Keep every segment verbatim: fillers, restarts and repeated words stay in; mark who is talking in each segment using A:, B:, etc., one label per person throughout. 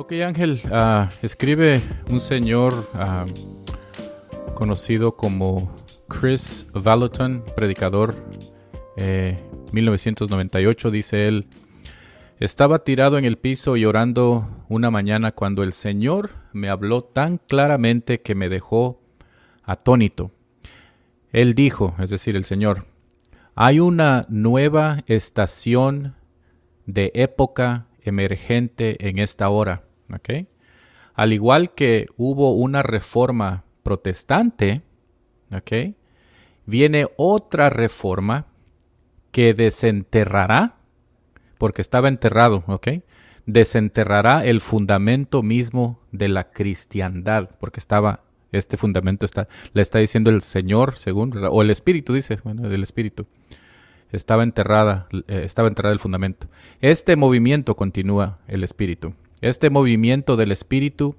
A: Ok, Ángel, uh, escribe un señor uh, conocido como Chris Vallotton, predicador, eh, mil novecientos noventa y ocho, dice él: estaba tirado en el piso y orando una mañana cuando el Señor me habló tan claramente que me dejó atónito. Él dijo, es decir, el Señor: hay una nueva estación de época emergente en esta hora, ¿ok? Al igual que hubo una reforma protestante, ¿ok?, viene otra reforma que desenterrará, porque estaba enterrado, ¿ok?, desenterrará el fundamento mismo de la cristiandad, porque estaba, este fundamento está, le está diciendo el Señor, según, o el Espíritu dice, bueno, del Espíritu. Estaba enterrada, eh, estaba enterrado el fundamento. Este movimiento, continúa el Espíritu, este movimiento del Espíritu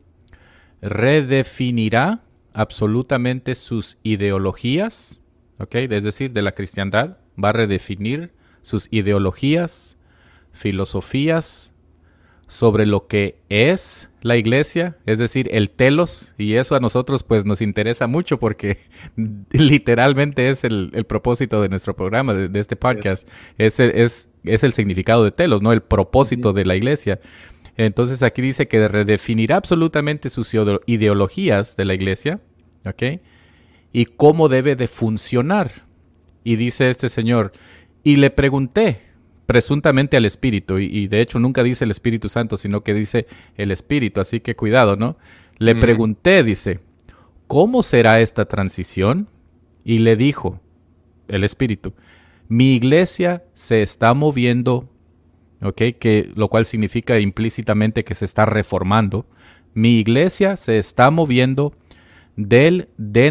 A: redefinirá absolutamente sus ideologías, ¿ok? Es decir, de la cristiandad, va a redefinir sus ideologías, filosofías sobre lo que es la iglesia, es decir, el telos, y eso a nosotros pues nos interesa mucho porque literalmente es el, el propósito de nuestro programa, de, de este podcast, es, es, es el significado de telos, ¿no? El propósito de la iglesia. Entonces aquí dice que redefinirá absolutamente sus ideologías de la iglesia, ¿ok?, y cómo debe de funcionar. Y dice este señor, y le pregunté, presuntamente al Espíritu, y, y de hecho nunca dice el Espíritu Santo, sino que dice el Espíritu, así que cuidado, ¿no? Le mm. pregunté, dice, ¿cómo será esta transición? Y le dijo el Espíritu, mi iglesia se está moviendo, ¿ok?, que, lo cual significa implícitamente que se está reformando. Mi iglesia se está moviendo del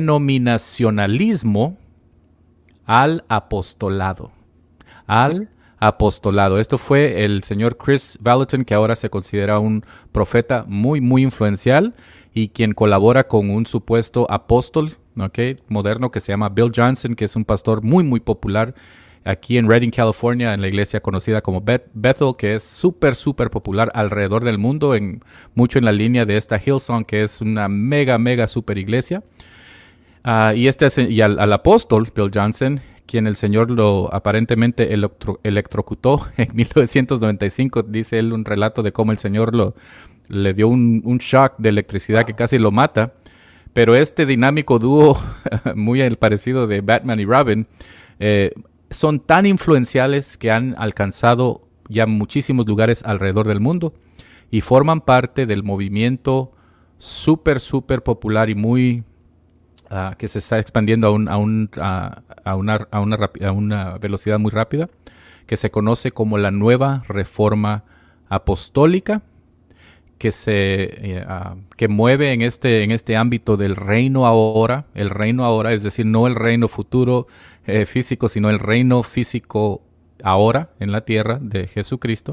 A: denominacionalismo al apostolado, al apostolado. Esto fue el señor Chris Vallotton, que ahora se considera un profeta muy, muy influencial y quien colabora con un supuesto apóstol, ¿okay?, moderno que se llama Bill Johnson, que es un pastor muy, muy popular aquí en Redding, California, en la iglesia conocida como Beth- Bethel, que es súper, súper popular alrededor del mundo, en, mucho en la línea de esta Hillsong, que es una mega, mega super iglesia. Uh, y este y al, al apóstol Bill Johnson, quien el Señor lo aparentemente electro, electrocutó en mil novecientos noventa y cinco, dice él un relato de cómo el Señor lo, le dio un, un shock de electricidad que casi lo mata. Pero este dinámico dúo, muy el parecido de Batman y Robin, eh, son tan influenciales que han alcanzado ya muchísimos lugares alrededor del mundo y forman parte del movimiento súper, súper popular y muy uh, que se está expandiendo a, un, a, un, a, a, una, a, una rapi- a una velocidad muy rápida, que se conoce como la Nueva Reforma Apostólica, que se eh, uh, que mueve en este en este ámbito del reino ahora, el reino ahora, es decir, no el reino futuro eh, físico, sino el reino físico ahora en la tierra de Jesucristo,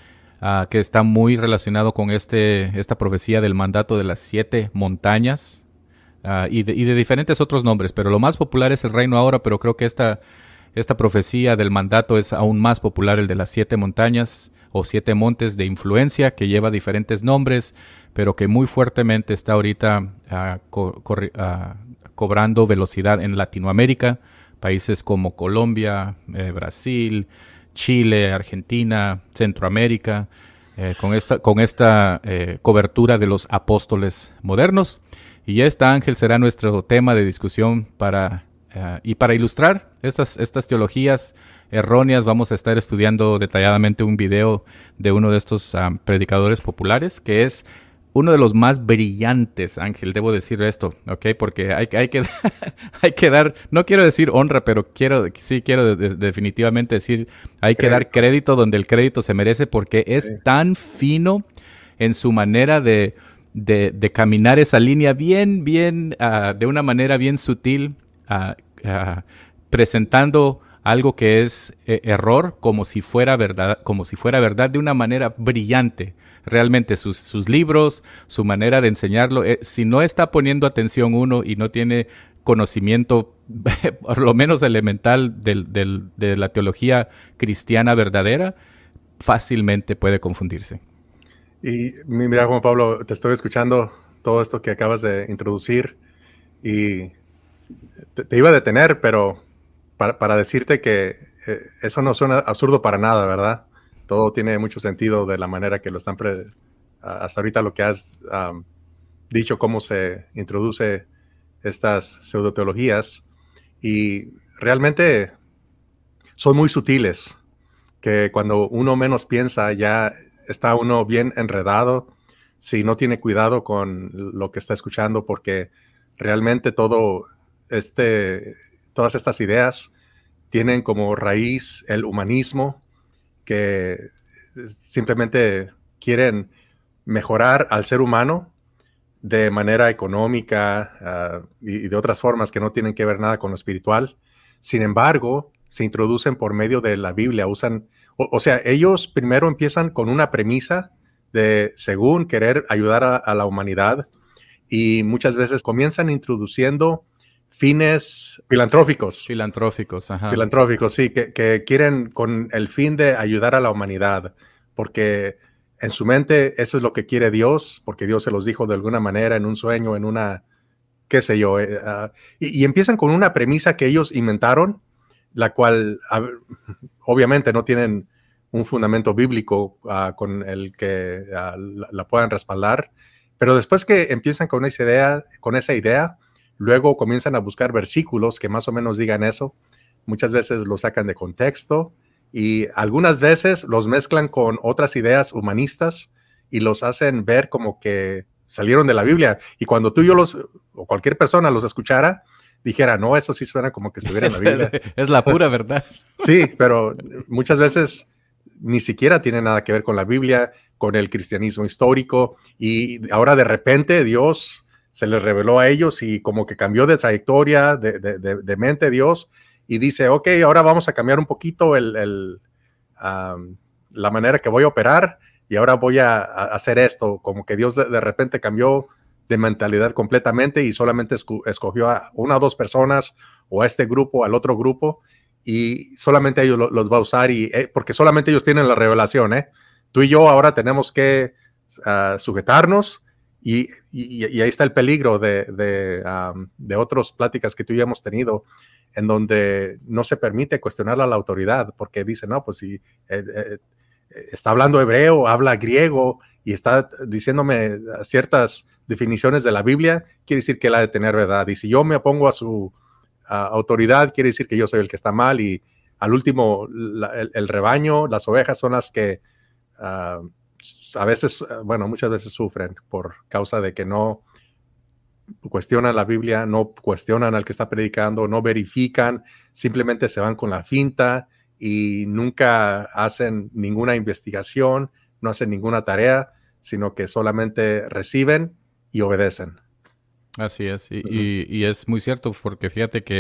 A: uh, que está muy relacionado con este esta profecía del mandato de las siete montañas uh, y, de, y de diferentes otros nombres, pero lo más popular es el reino ahora, pero creo que esta esta profecía del mandato es aún más popular, el de las siete montañas o siete montes de influencia, que lleva diferentes nombres, pero que muy fuertemente está ahorita uh, co- corri- uh, cobrando velocidad en Latinoamérica, países como Colombia, eh, Brasil, Chile, Argentina, Centroamérica, eh, con esta, con esta eh, cobertura de los apóstoles modernos. Y esta, Ángel, será nuestro tema de discusión para... Uh, y para ilustrar estas, estas teologías erróneas, vamos a estar estudiando detalladamente un video de uno de estos um, predicadores populares, que es uno de los más brillantes, Ángel, debo decir esto, ¿ok? Porque hay, hay, que, hay que dar, no quiero decir honra, pero quiero, sí quiero de, de, definitivamente decir, hay crédito. que dar crédito donde el crédito se merece, porque es sí. tan fino en su manera de, de, de caminar esa línea bien, bien, uh, de una manera bien sutil, Uh, uh, presentando algo que es eh, error como si fuera verdad, como si fuera verdad de una manera brillante. Realmente sus, sus libros, su manera de enseñarlo, eh, si no está poniendo atención uno y no tiene conocimiento por lo menos elemental del, del, de la teología cristiana verdadera, fácilmente puede confundirse.
B: Y mira, Juan Pablo, te estoy escuchando todo esto que acabas de introducir y te, te iba a detener, pero para, para decirte que eh, eso no suena absurdo para nada, ¿verdad? Todo tiene mucho sentido de la manera que lo están, pre, hasta ahorita lo que has um, dicho, cómo se introduce estas pseudoteologías y realmente son muy sutiles, que cuando uno menos piensa ya está uno bien enredado si no tiene cuidado con lo que está escuchando, porque realmente todo este, todas estas ideas tienen como raíz el humanismo, que simplemente quieren mejorar al ser humano de manera económica uh, y, y de otras formas que no tienen que ver nada con lo espiritual. Sin embargo, se introducen por medio de la Biblia, usan, o, o sea, ellos primero empiezan con una premisa de, según querer ayudar a, a la humanidad, y muchas veces comienzan introduciendo fines filantróficos.
A: Filantróficos, ajá.
B: Filantróficos, sí, que, que quieren con el fin de ayudar a la humanidad, porque en su mente eso es lo que quiere Dios, porque Dios se los dijo de alguna manera en un sueño, en una, qué sé yo, eh, uh, y, y empiezan con una premisa que ellos inventaron, la cual uh, obviamente no tienen un fundamento bíblico uh, con el que uh, la, la puedan respaldar, pero después que empiezan con esa idea, con esa idea, luego comienzan a buscar versículos que más o menos digan eso. Muchas veces lo sacan de contexto y algunas veces los mezclan con otras ideas humanistas y los hacen ver como que salieron de la Biblia. Y cuando tú y yo los, o cualquier persona los escuchara, dijera, no, eso sí suena como que estuviera en la Biblia.
A: Es la pura verdad.
B: Sí, pero muchas veces ni siquiera tiene nada que ver con la Biblia, con el cristianismo histórico, y ahora de repente Dios se les reveló a ellos y como que cambió de trayectoria, de, de, de, de mente Dios, y dice, ok, ahora vamos a cambiar un poquito el, el, um, la manera que voy a operar, y ahora voy a, a hacer esto, como que Dios de, de repente cambió de mentalidad completamente y solamente escogió a una o dos personas, o a este grupo, al otro grupo, y solamente ellos lo, los va a usar, y, eh, porque solamente ellos tienen la revelación, ¿eh? Tú y yo ahora tenemos que uh, sujetarnos, y, y, y ahí está el peligro de, de, um, de otras pláticas que tú y yo hemos tenido, en donde no se permite cuestionar a la autoridad, porque dicen, no, pues si eh, eh, está hablando hebreo, habla griego, y está diciéndome ciertas definiciones de la Biblia, quiere decir que él ha de tener verdad, y si yo me opongo a su Uh, autoridad, quiere decir que yo soy el que está mal, y al último la, el, el rebaño, las ovejas son las que uh, a veces, uh, bueno, muchas veces sufren por causa de que no cuestionan la Biblia, no cuestionan al que está predicando, no verifican, simplemente se van con la finta y nunca hacen ninguna investigación, no hacen ninguna tarea, sino que solamente reciben y obedecen.
A: Así es, y, uh-huh. y, y es muy cierto, porque fíjate que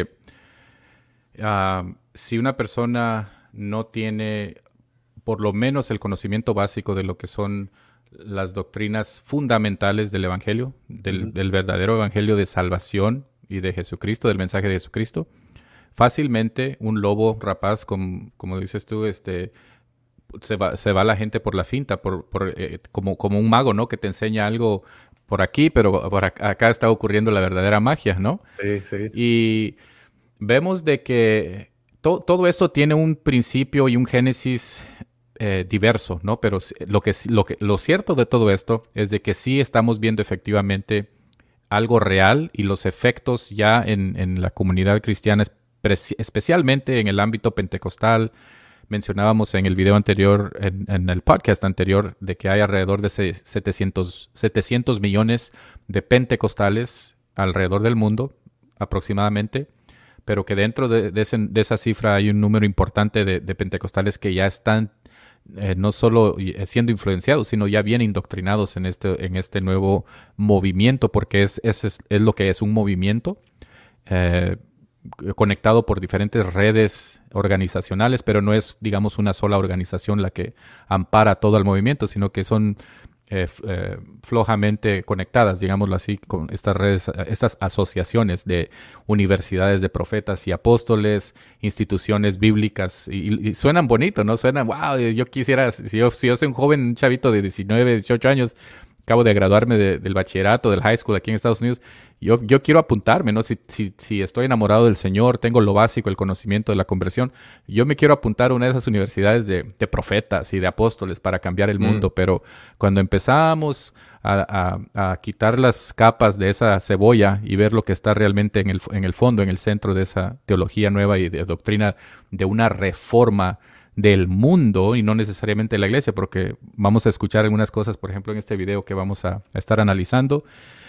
A: uh, si una persona no tiene por lo menos el conocimiento básico de lo que son las doctrinas fundamentales del Evangelio, del, uh-huh. del verdadero Evangelio de salvación y de Jesucristo, del mensaje de Jesucristo, fácilmente un lobo rapaz, como, como dices tú, este, se va, se va la gente por la finta, por, por, eh, como, como un mago, ¿no? Que te enseña algo por aquí, pero por acá está ocurriendo la verdadera magia, ¿no?
B: Sí, sí.
A: Y vemos de que to- todo esto tiene un principio y un génesis eh, diverso, ¿no? Pero lo, que, lo, que, lo cierto de todo esto es de que sí estamos viendo efectivamente algo real, y los efectos ya en, en la comunidad cristiana, especialmente en el ámbito pentecostal. Mencionábamos en el video anterior, en, en el podcast anterior, de que hay alrededor de setecientos, setecientos millones de pentecostales alrededor del mundo, aproximadamente, pero que dentro de, de, ese, de esa cifra hay un número importante de, de pentecostales que ya están eh, no solo siendo influenciados, sino ya bien indoctrinados en este, en este nuevo movimiento, porque es, es, es, es lo que es un movimiento eh, conectado por diferentes redes organizacionales, pero no es, digamos, una sola organización la que ampara todo el movimiento, sino que son eh, eh, flojamente conectadas, digámoslo así, con estas redes, estas asociaciones de universidades de profetas y apóstoles, instituciones bíblicas, y, y suenan bonito, ¿no? Suenan, wow, yo quisiera, si yo, si yo soy un joven, un chavito de diecinueve, dieciocho años, acabo de graduarme de, del bachillerato, del high school aquí en Estados Unidos, yo, yo quiero apuntarme, ¿no? Si, si, si estoy enamorado del Señor, tengo lo básico, el conocimiento de la conversión, yo me quiero apuntar a una de esas universidades de, de profetas y de apóstoles para cambiar el mundo, mm. pero cuando empezamos a, a, a quitar las capas de esa cebolla y ver lo que está realmente en el, en el fondo, en el centro de esa teología nueva y de doctrina de una reforma del mundo y no necesariamente de la iglesia, porque vamos a escuchar algunas cosas, por ejemplo, en este video que vamos a, a estar analizando,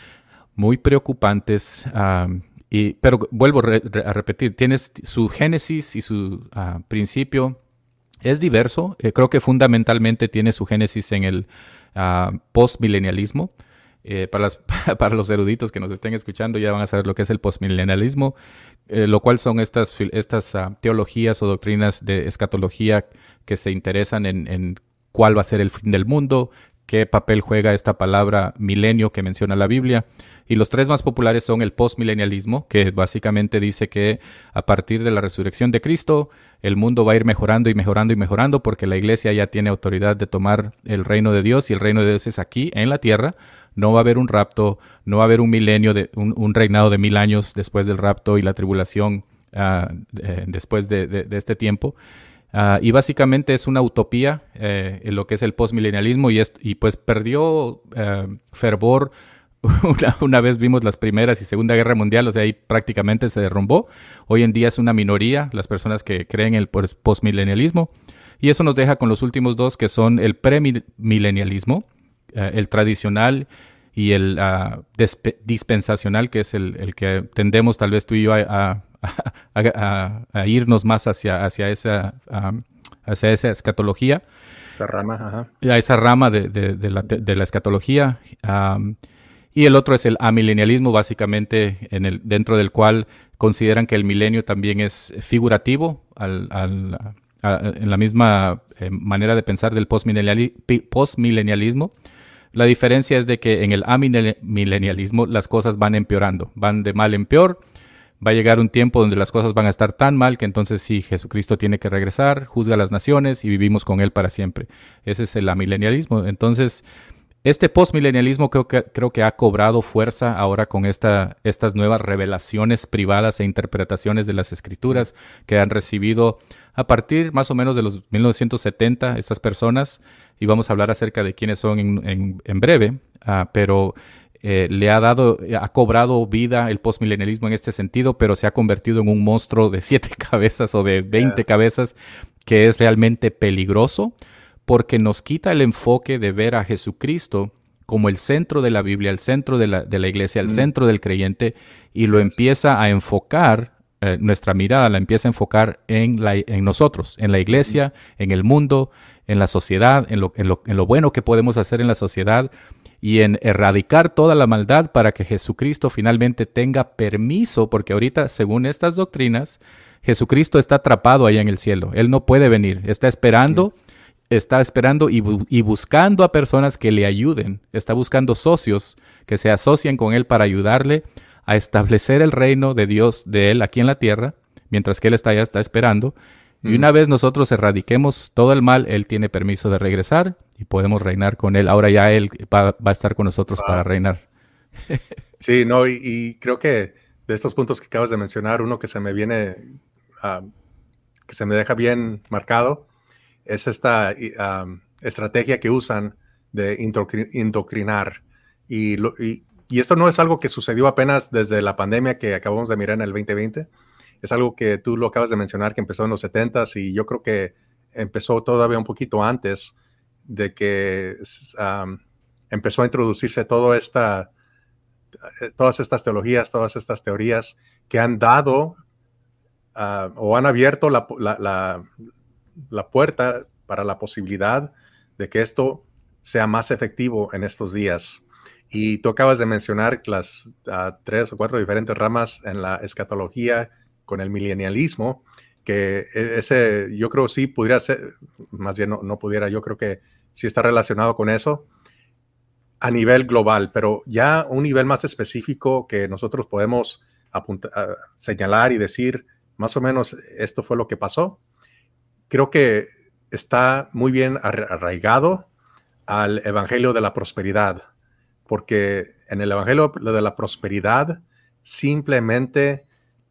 A: muy preocupantes, um, y, pero vuelvo re, re, a repetir, tienes su génesis y su uh, principio, es diverso, eh, creo que fundamentalmente tiene su génesis en el uh, postmilenialismo. Eh, para, las, para los eruditos que nos estén escuchando ya van a saber lo que es el postmilenialismo, eh, lo cual son estas, estas uh, teologías o doctrinas de escatología que se interesan en, en cuál va a ser el fin del mundo, qué papel juega esta palabra milenio que menciona la Biblia. Y los tres más populares son el postmilenialismo, que básicamente dice que a partir de la resurrección de Cristo, el mundo va a ir mejorando y mejorando y mejorando porque la iglesia ya tiene autoridad de tomar el reino de Dios y el reino de Dios es aquí en la tierra. No va a haber un rapto, no va a haber un milenio, de, un, un reinado de mil años después del rapto y la tribulación uh, eh, después de, de, de este tiempo. Uh, y básicamente es una utopía eh, en lo que es el postmilenialismo y, es, y pues perdió uh, fervor. Una, una vez vimos las primeras y segunda guerra mundial, o sea, ahí prácticamente se derrumbó. Hoy en día es una minoría las personas que creen en el postmilenialismo y eso nos deja con los últimos dos que son el premilenialismo, uh, el tradicional y el uh, dispensacional, que es el, el que tendemos tal vez tú y yo a, a, a, a, a irnos más hacia, hacia, esa, um, hacia esa escatología.
B: Esa rama, ajá.
A: A esa rama de, de, de, la, de la escatología. Um, y el otro es el amilenialismo, básicamente en el, dentro del cual consideran que el milenio también es figurativo al, al, a, en la misma eh, manera de pensar del postmileniali, postmilenialismo. La diferencia es de que en el amilenialismo las cosas van empeorando, van de mal en peor. Va a llegar un tiempo donde las cosas van a estar tan mal que entonces sí, Jesucristo tiene que regresar, juzga a las naciones y vivimos con Él para siempre. Ese es el amilenialismo. Entonces, este postmilenialismo creo que, creo que ha cobrado fuerza ahora con esta, estas nuevas revelaciones privadas e interpretaciones de las Escrituras que han recibido a partir más o menos de los mil novecientos setenta estas personas, y vamos a hablar acerca de quiénes son en, en, en breve, uh, pero... Eh, le ha dado, ha cobrado vida el postmilenialismo en este sentido, pero se ha convertido en un monstruo de siete cabezas o de veinte yeah. cabezas que es realmente peligroso porque nos quita el enfoque de ver a Jesucristo como el centro de la Biblia, el centro de la, de la iglesia, el mm. centro del creyente y sí, lo empieza a enfocar, eh, nuestra mirada la empieza a enfocar en, la, en nosotros, en la iglesia, mm. en el mundo, en la sociedad, en lo, en, lo, en lo bueno que podemos hacer en la sociedad y en erradicar toda la maldad para que Jesucristo finalmente tenga permiso, porque ahorita, según estas doctrinas, Jesucristo está atrapado allá en el cielo. Él no puede venir, está esperando, está esperando y, bu- y buscando a personas que le ayuden. Está buscando socios que se asocien con Él para ayudarle a establecer el reino de Dios de Él aquí en la tierra, mientras que Él está allá, está esperando. Y una vez nosotros erradiquemos todo el mal, Él tiene permiso de regresar y podemos reinar con Él. Ahora ya Él va, va a estar con nosotros wow. para reinar.
B: Sí, no, y, y creo que de estos puntos que acabas de mencionar, uno que se me viene, uh, que se me deja bien marcado, es esta um, estrategia que usan de indoctrinar. Y, lo, y, y esto no es algo que sucedió apenas desde la pandemia que acabamos de mirar en el veinte veinte. Es algo que tú lo acabas de mencionar, que empezó en los setentas y yo creo que empezó todavía un poquito antes de que um, empezó a introducirse toda esta, todas estas teologías, todas estas teorías que han dado uh, o han abierto la, la, la, la puerta para la posibilidad de que esto sea más efectivo en estos días. Y tú acabas de mencionar las uh, tres o cuatro diferentes ramas en la escatología con el milenialismo, que ese yo creo sí pudiera ser, más bien no, no pudiera, yo creo que sí está relacionado con eso. a nivel global, pero ya un nivel más específico que nosotros podemos apuntar, uh, señalar y decir más o menos esto fue lo que pasó. Creo que está muy bien arraigado al evangelio de la prosperidad, porque en el evangelio de la prosperidad simplemente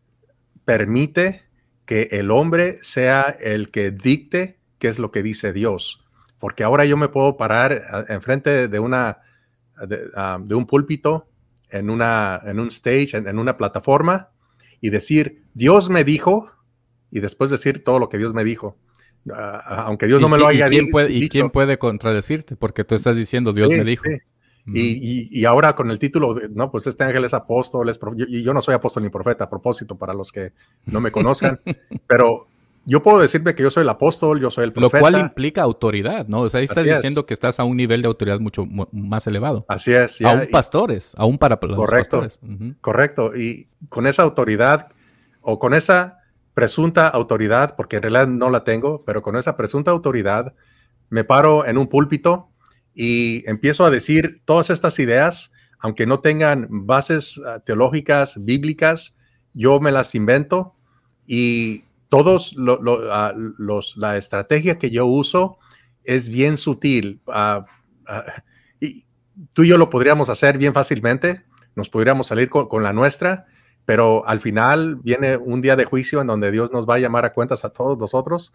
B: permite que el hombre sea el que dicte qué es lo que dice Dios, porque ahora yo me puedo parar enfrente de una de, um, de un púlpito en una en un stage, en, en una plataforma y decir Dios me dijo y después decir todo lo que Dios me dijo. Uh, aunque Dios no me lo haya
A: ¿y quién,
B: dicho,
A: puede, ¿Y quién puede contradecirte? Porque tú estás diciendo Dios
B: sí,
A: me dijo.
B: Sí. Uh-huh. Y, y, y ahora con el título, de, no, pues este ángel es apóstol, es profe- y yo no soy apóstol ni profeta, a propósito, para los que no me conozcan, pero yo puedo decirme que yo soy el apóstol, yo soy el profeta.
A: Lo cual implica autoridad, ¿no? O sea, ahí estás
B: Así
A: diciendo
B: es.
A: que estás a un nivel de autoridad mucho más elevado.
B: Así es. Ya,
A: aún pastores, y, aún para los
B: correcto,
A: pastores. Uh-huh.
B: Correcto, y con esa autoridad, o con esa presunta autoridad, porque en realidad no la tengo, pero con esa presunta autoridad, me paro en un púlpito y empiezo a decir todas estas ideas, aunque no tengan bases uh, teológicas, bíblicas, yo me las invento y todos lo, lo, uh, los, la estrategia que yo uso es bien sutil. Uh, uh, y tú y yo lo podríamos hacer bien fácilmente, nos podríamos salir con, con la nuestra, pero al final viene un día de juicio en donde Dios nos va a llamar a cuentas a todos nosotros.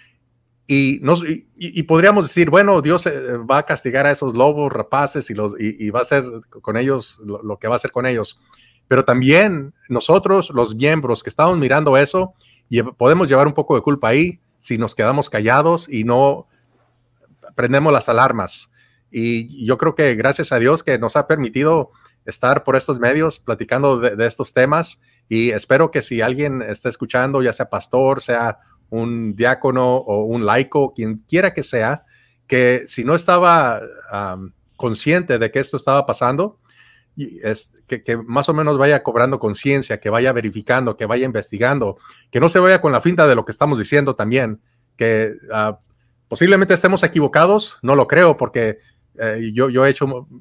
B: Y, nos, y, y podríamos decir, bueno, Dios va a castigar a esos lobos rapaces y, los, y, y va a hacer con ellos lo, lo que va a hacer con ellos. Pero también nosotros, los miembros que estamos mirando eso, podemos llevar un poco de culpa ahí si nos quedamos callados y no prendemos las alarmas. Y yo creo que gracias a Dios que nos ha permitido estar por estos medios platicando de, de estos temas. Y espero que si alguien está escuchando, ya sea pastor, sea un diácono o un laico, quien quiera que sea, que si no estaba um, consciente de que esto estaba pasando, es, que, que más o menos vaya cobrando conciencia, que vaya verificando, que vaya investigando, que no se vaya con la finta de lo que estamos diciendo también, que uh, posiblemente estemos equivocados, no lo creo, porque uh, yo, yo he hecho, uh,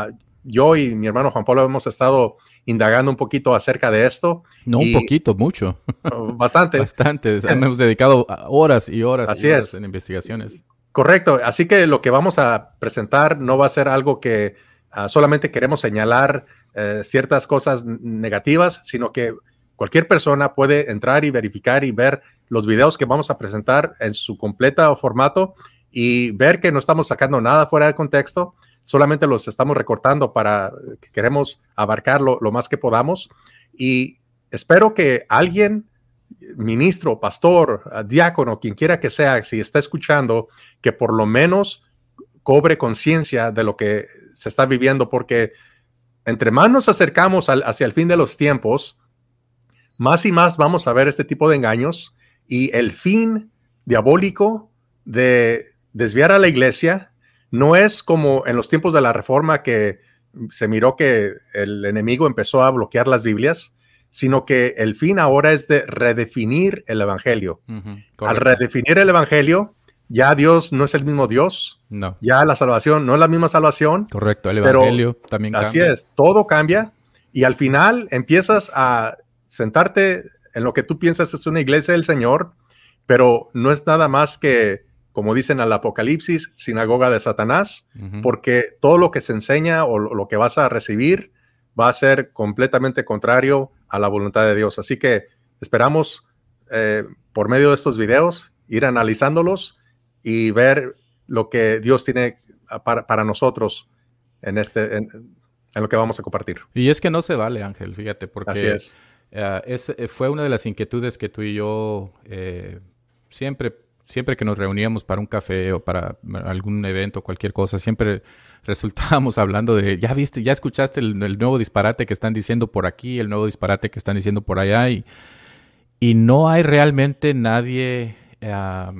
B: yo y mi hermano Juan Pablo hemos estado indagando un poquito acerca de esto.
A: No
B: y,
A: un poquito, mucho.
B: Bastante.
A: Bastante. Hemos dedicado horas y horas,
B: Así
A: y horas
B: es.
A: en investigaciones.
B: Correcto. Así que lo que vamos a presentar no va a ser algo que uh, solamente queremos señalar uh, ciertas cosas negativas, sino que cualquier persona puede entrar y verificar y ver los videos que vamos a presentar en su completa formato y ver que no estamos sacando nada fuera de contexto, solamente los estamos recortando para que queremos abarcar lo, lo más que podamos. Y espero que alguien, ministro, pastor, diácono, quien quiera que sea, si está escuchando, que por lo menos cobre conciencia de lo que se está viviendo, porque entre más nos acercamos al, hacia el fin de los tiempos, más y más vamos a ver este tipo de engaños y el fin diabólico de desviar a la iglesia no es como en los tiempos de la Reforma, que se miró que el enemigo empezó a bloquear las Biblias, sino que el fin ahora es de redefinir el evangelio. Uh-huh. Al redefinir el evangelio, ya Dios no es el mismo Dios.
A: No.
B: Ya la salvación no es la misma salvación.
A: Correcto, el evangelio también cambia.
B: Así es, todo cambia y al final empiezas a sentarte en lo que tú piensas es una iglesia del Señor, pero no es nada más que, como dicen al Apocalipsis, sinagoga de Satanás, uh-huh. porque todo lo que se enseña o lo que vas a recibir va a ser completamente contrario a la voluntad de Dios. Así que esperamos, eh, por medio de estos videos, ir analizándolos y ver lo que Dios tiene para, para nosotros en, este, en, en lo que vamos a compartir.
A: Y es que no se vale, Ángel, fíjate, porque
B: Así es.
A: Uh, es, fue una de las inquietudes que tú y yo eh, siempre... Siempre que nos reuníamos para un café o para algún evento, cualquier cosa, siempre resultábamos hablando de, ya viste, ya escuchaste el, el nuevo disparate que están diciendo por aquí, el nuevo disparate que están diciendo por allá, y, y no hay realmente nadie uh,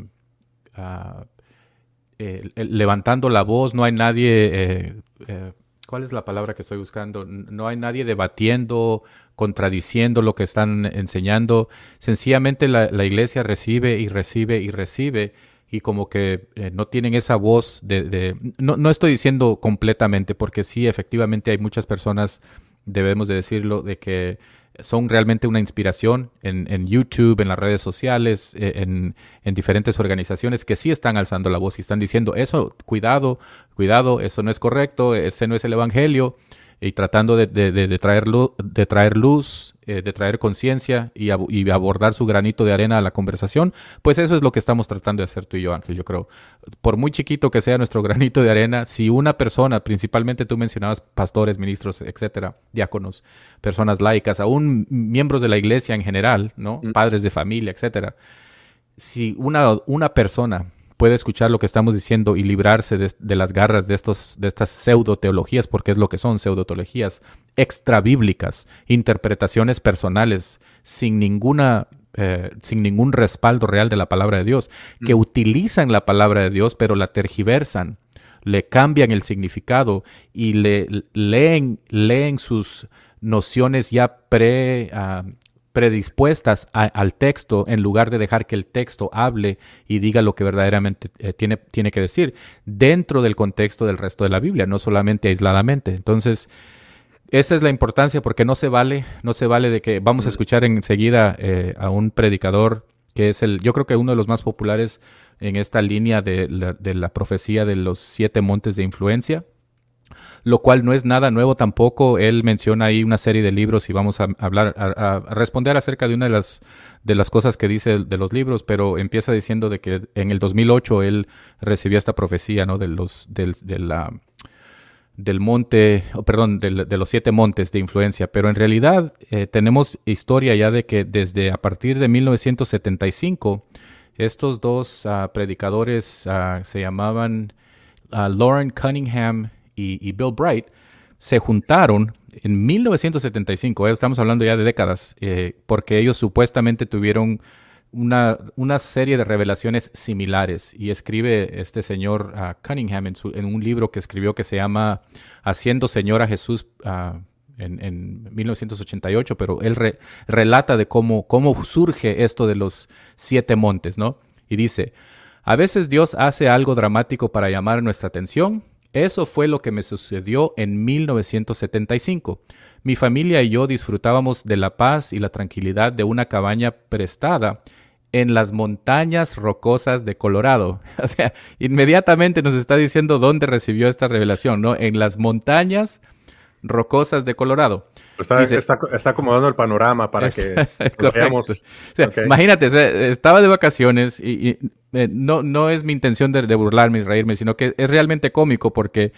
A: uh, eh, levantando la voz, no hay nadie, eh, eh, ¿cuál es la palabra que estoy buscando? No hay nadie debatiendo, contradiciendo lo que están enseñando. Sencillamente la, la iglesia recibe y recibe y recibe, y como que eh, no tienen esa voz de... de no, no estoy diciendo completamente, porque sí, efectivamente hay muchas personas, debemos de decirlo, de que son realmente una inspiración en, en YouTube, en las redes sociales, en, en diferentes organizaciones que sí están alzando la voz y están diciendo eso, cuidado, cuidado, eso no es correcto, ese no es el evangelio, y tratando de, de, de, de traer luz, de traer, luz, eh, de traer conciencia y, ab y abordar su granito de arena a la conversación. Pues eso es lo que estamos tratando de hacer tú y yo, Ángel, yo creo. Por muy chiquito que sea nuestro granito de arena, si una persona, principalmente tú mencionabas pastores, ministros, etcétera, diáconos, personas laicas, aún miembros de la iglesia en general, ¿no? Mm. Padres de familia, etcétera. Si una, una persona puede escuchar lo que estamos diciendo y librarse de, de las garras de, estos, de estas pseudo-teologías, porque es lo que son, pseudo-teologías extrabíblicas, interpretaciones personales sin ninguna, eh, sin ningún respaldo real de la palabra de Dios, mm. que utilizan la palabra de Dios, pero la tergiversan, le cambian el significado y le leen, leen sus nociones ya pre... Uh, predispuestas a, al texto en lugar de dejar que el texto hable y diga lo que verdaderamente eh, tiene, tiene que decir dentro del contexto del resto de la Biblia, no solamente aisladamente. Entonces, esa es la importancia, porque no se vale, no se vale de que vamos a escuchar enseguida eh, a un predicador que es el, yo creo que uno de los más populares en esta línea de la, de la profecía de los siete montes de influencia, lo cual no es nada nuevo tampoco. Él menciona ahí una serie de libros y vamos a hablar, a, a responder acerca de una de las, de las cosas que dice de los libros, pero empieza diciendo de que en el dos mil ocho él recibió esta profecía, ¿no? De los, del, de la, del monte, oh, perdón, del, de los siete montes de influencia, pero en realidad eh, tenemos historia ya de que desde a partir de mil novecientos setenta y cinco, estos dos uh, predicadores uh, se llamaban uh, Loren Cunningham Y, y Bill Bright, se juntaron en mil novecientos setenta y cinco, eh, estamos hablando ya de décadas, eh, porque ellos supuestamente tuvieron una, una serie de revelaciones similares, y escribe este señor uh, Cunningham en, su, en un libro que escribió que se llama Haciendo Señor a Jesús uh, en, en mil novecientos ochenta y ocho, pero él re, relata de cómo, cómo surge esto de los siete montes, ¿no? Y dice, a veces Dios hace algo dramático para llamar nuestra atención. Eso fue lo que me sucedió en mil novecientos setenta y cinco. Mi familia y yo disfrutábamos de la paz y la tranquilidad de una cabaña prestada en las montañas rocosas de Colorado. O sea, inmediatamente nos está diciendo dónde recibió esta revelación, ¿no? En las montañas rocosas de Colorado.
B: Está, Dice, está, está acomodando el panorama para es, que lo veamos.
A: O sea, okay. Imagínate, o sea, estaba de vacaciones y, y eh, no, no es mi intención de, de burlarme y reírme, sino que es realmente cómico porque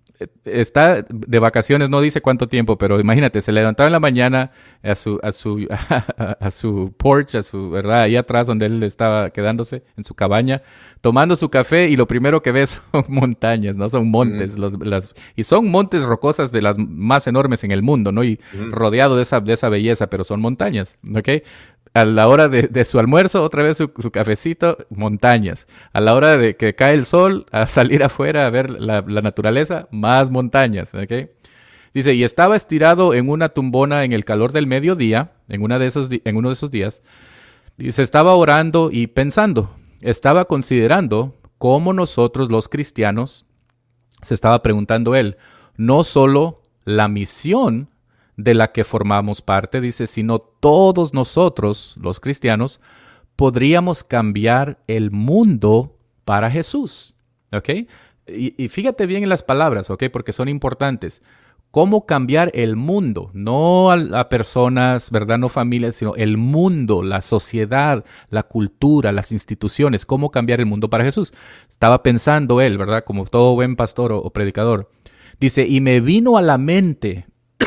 A: está de vacaciones, no dice cuánto tiempo, pero imagínate, se levantaba en la mañana a su, a su, a, a su porch, a su, ¿verdad? Ahí atrás donde él estaba quedándose, en su cabaña, tomando su café, y lo primero que ve son montañas, ¿no? Son montes, mm. los, las, y son montes rocosas de las más enormes en el mundo, ¿no? Y mm. rodeado de esa, de esa belleza, pero son montañas, ¿ok? A la hora de, de su almuerzo, otra vez su, su cafecito, montañas. A la hora de que cae el sol, a salir afuera a ver la, la naturaleza, más montañas, ¿ok? Dice, y estaba estirado en una tumbona en el calor del mediodía, en, una de esos, en uno de esos días, y se estaba orando y pensando, estaba considerando cómo nosotros los cristianos, se estaba preguntando él, no solo la misión de la que formamos parte, dice, sino todos nosotros, los cristianos, podríamos cambiar el mundo para Jesús, ¿ok? Y, y fíjate bien en las palabras, ¿ok? Porque son importantes. ¿Cómo cambiar el mundo? No a, a personas, ¿verdad? No familias, sino el mundo, la sociedad, la cultura, las instituciones. ¿Cómo cambiar el mundo para Jesús? Estaba pensando él, ¿verdad? Como todo buen pastor o, o predicador. Dice, y me vino a la mente...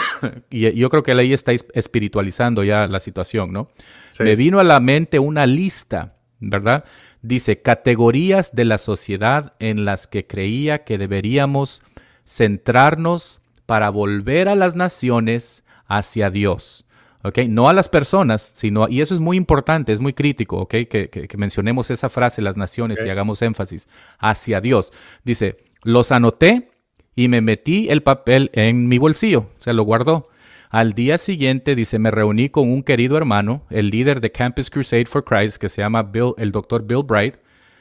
A: y yo creo que él ahí está espiritualizando ya la situación, ¿no? Sí. Me vino a la mente una lista, ¿verdad? Dice, categorías de la sociedad en las que creía que deberíamos centrarnos para volver a las naciones hacia Dios, ¿ok? No a las personas, sino, y eso es muy importante, es muy crítico, ¿ok? Que, que, que mencionemos esa frase, las naciones, okay. Y hagamos énfasis, hacia Dios. Dice, los anoté y me metí el papel en mi bolsillo, se lo guardó. Al día siguiente, dice, me reuní con un querido hermano, el líder de Campus Crusade for Christ, que se llama Bill, el doctor Bill Bright.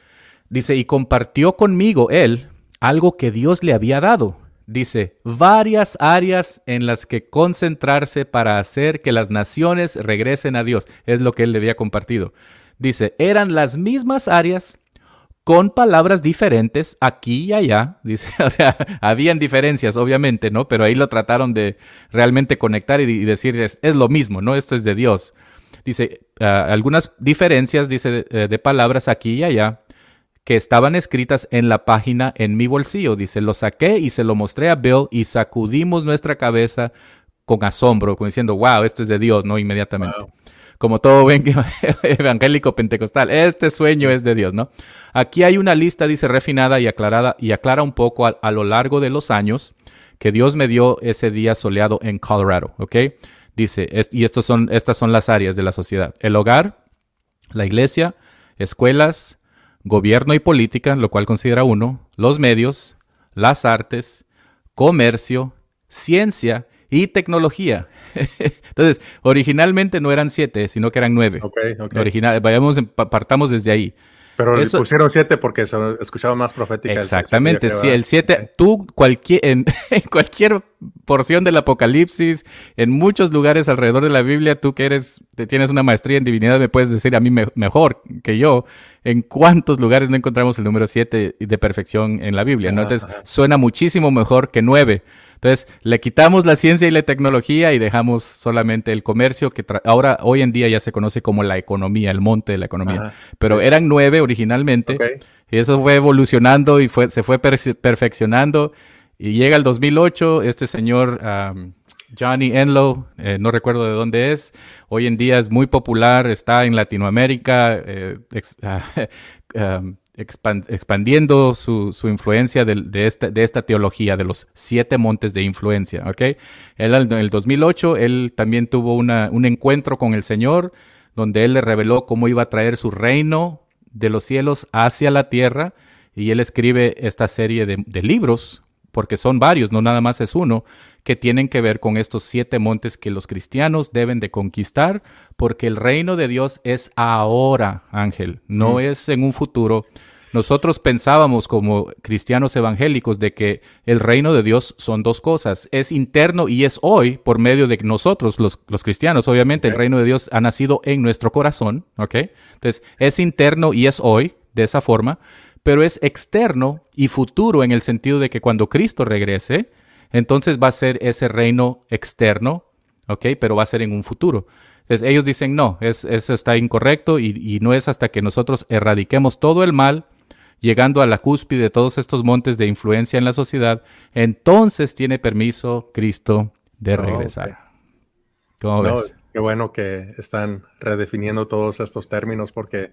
A: Dice, y compartió conmigo él algo que Dios le había dado. Dice, varias áreas en las que concentrarse para hacer que las naciones regresen a Dios. Es lo que él le había compartido. Dice, eran las mismas áreas con palabras diferentes aquí y allá. Dice, o sea, habían diferencias, obviamente, ¿no? Pero ahí lo trataron de realmente conectar y, y decir, es, es lo mismo, ¿no? Esto es de Dios. Dice, uh, algunas diferencias, dice, de, de palabras aquí y allá, que estaban escritas en la página en mi bolsillo. Dice, lo saqué y se lo mostré a Bill y sacudimos nuestra cabeza con asombro, como diciendo, wow, esto es de Dios, ¿no? Inmediatamente. Wow. Como todo buen evangélico pentecostal, este sueño es de Dios, ¿no? Aquí hay una lista, dice, refinada y aclarada, y aclara un poco a, a lo largo de los años que Dios me dio ese día soleado en Colorado, ¿ok? Dice, es, y estos son, estas son las áreas de la sociedad. El hogar, la iglesia, escuelas, gobierno y política, lo cual considera uno, los medios, las artes, comercio, ciencia y tecnología. Entonces, originalmente no eran siete, sino que eran nueve.
B: Okay, okay.
A: Original, vayamos, partamos desde ahí.
B: Pero Eso, pusieron siete porque se escuchaba más profética.
A: Exactamente, el sí, el siete, okay. Tú cualquier, en, en cualquier porción del Apocalipsis, en muchos lugares alrededor de la Biblia, tú que eres, te tienes una maestría en divinidad, me puedes decir a mí me, mejor que yo, en cuántos lugares no encontramos el número siete de perfección en la Biblia, ¿no? Entonces, ajá. Suena muchísimo mejor que nueve. Entonces, le quitamos la ciencia y la tecnología y dejamos solamente el comercio, que ahora, hoy en día ya se conoce como la economía, el monte de la economía. Ajá, Pero sí. Eran nueve originalmente, okay. Y eso fue evolucionando y fue, se fue per perfeccionando. Y llega el dos mil ocho, este señor um, Johnny Enlow, eh, no recuerdo de dónde es, hoy en día es muy popular, está en Latinoamérica, eh, ex, uh, um, Expand, expandiendo su, su influencia de, de, esta, de esta teología, de los siete montes de influencia, ¿ok? Él, en el dos mil ocho, él también tuvo una, un encuentro con el Señor, donde él le reveló cómo iba a traer su reino de los cielos hacia la tierra, y él escribe esta serie de, de libros, porque son varios, no nada más es uno, que tienen que ver con estos siete montes que los cristianos deben de conquistar, porque el reino de Dios es ahora, Ángel, no mm. es en un futuro. Nosotros pensábamos como cristianos evangélicos de que el reino de Dios son dos cosas, es interno y es hoy por medio de nosotros, los, los cristianos. Obviamente, okay. El reino de Dios ha nacido en nuestro corazón, ¿ok? Entonces, es interno y es hoy, de esa forma, pero es externo y futuro en el sentido de que cuando Cristo regrese, entonces va a ser ese reino externo, ¿ok? Pero va a ser en un futuro. Entonces ellos dicen, no, es, eso está incorrecto y, y no es hasta que nosotros erradiquemos todo el mal, llegando a la cúspide de todos estos montes de influencia en la sociedad, entonces tiene permiso Cristo de regresar. Oh, okay. ¿Cómo
B: no,
A: ves?
B: Qué bueno que están redefiniendo todos estos términos porque...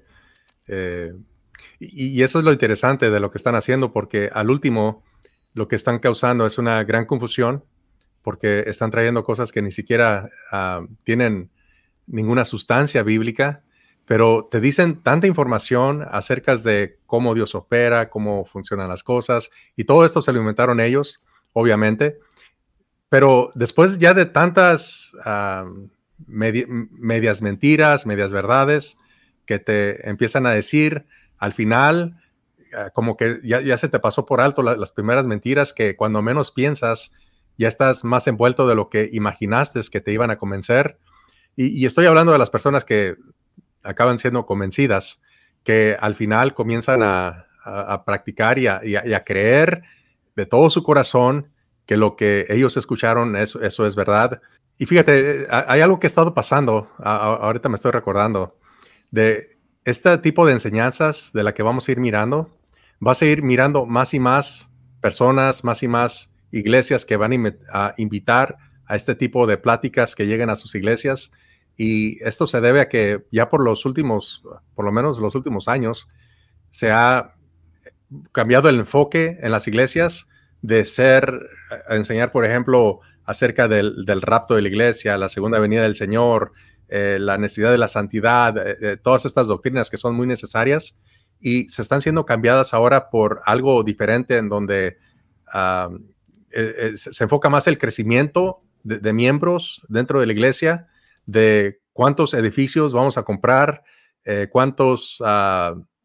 B: Eh, y, y eso es lo interesante de lo que están haciendo porque al último... Lo que están causando es una gran confusión porque están trayendo cosas que ni siquiera uh, tienen ninguna sustancia bíblica, pero te dicen tanta información acerca de cómo Dios opera, cómo funcionan las cosas, y todo esto se lo inventaron ellos, obviamente, pero después ya de tantas uh, medi medias mentiras, medias verdades que te empiezan a decir, al final... como que ya, ya se te pasó por alto la, las primeras mentiras que cuando menos piensas ya estás más envuelto de lo que imaginaste que te iban a convencer. Y, y estoy hablando de las personas que acaban siendo convencidas, que al final comienzan a, a, a practicar y a, y, a, y a creer de todo su corazón que lo que ellos escucharon, eso, eso es verdad. Y fíjate, hay algo que ha estado pasando, a, a, ahorita me estoy recordando, de este tipo de enseñanzas de la que vamos a ir mirando. Vas a ir mirando más y más personas, más y más iglesias que van a invitar a este tipo de pláticas que lleguen a sus iglesias. Y esto se debe a que ya por los últimos, por lo menos los últimos años, se ha cambiado el enfoque en las iglesias de ser, a enseñar, por ejemplo, acerca del, del rapto de la iglesia, la segunda venida del Señor, eh, la necesidad de la santidad, eh, todas estas doctrinas que son muy necesarias. Y se están siendo cambiadas ahora por algo diferente en donde uh, eh, eh, se enfoca más el crecimiento de, de miembros dentro de la iglesia, de cuántos edificios vamos a comprar, eh, cuántos, uh,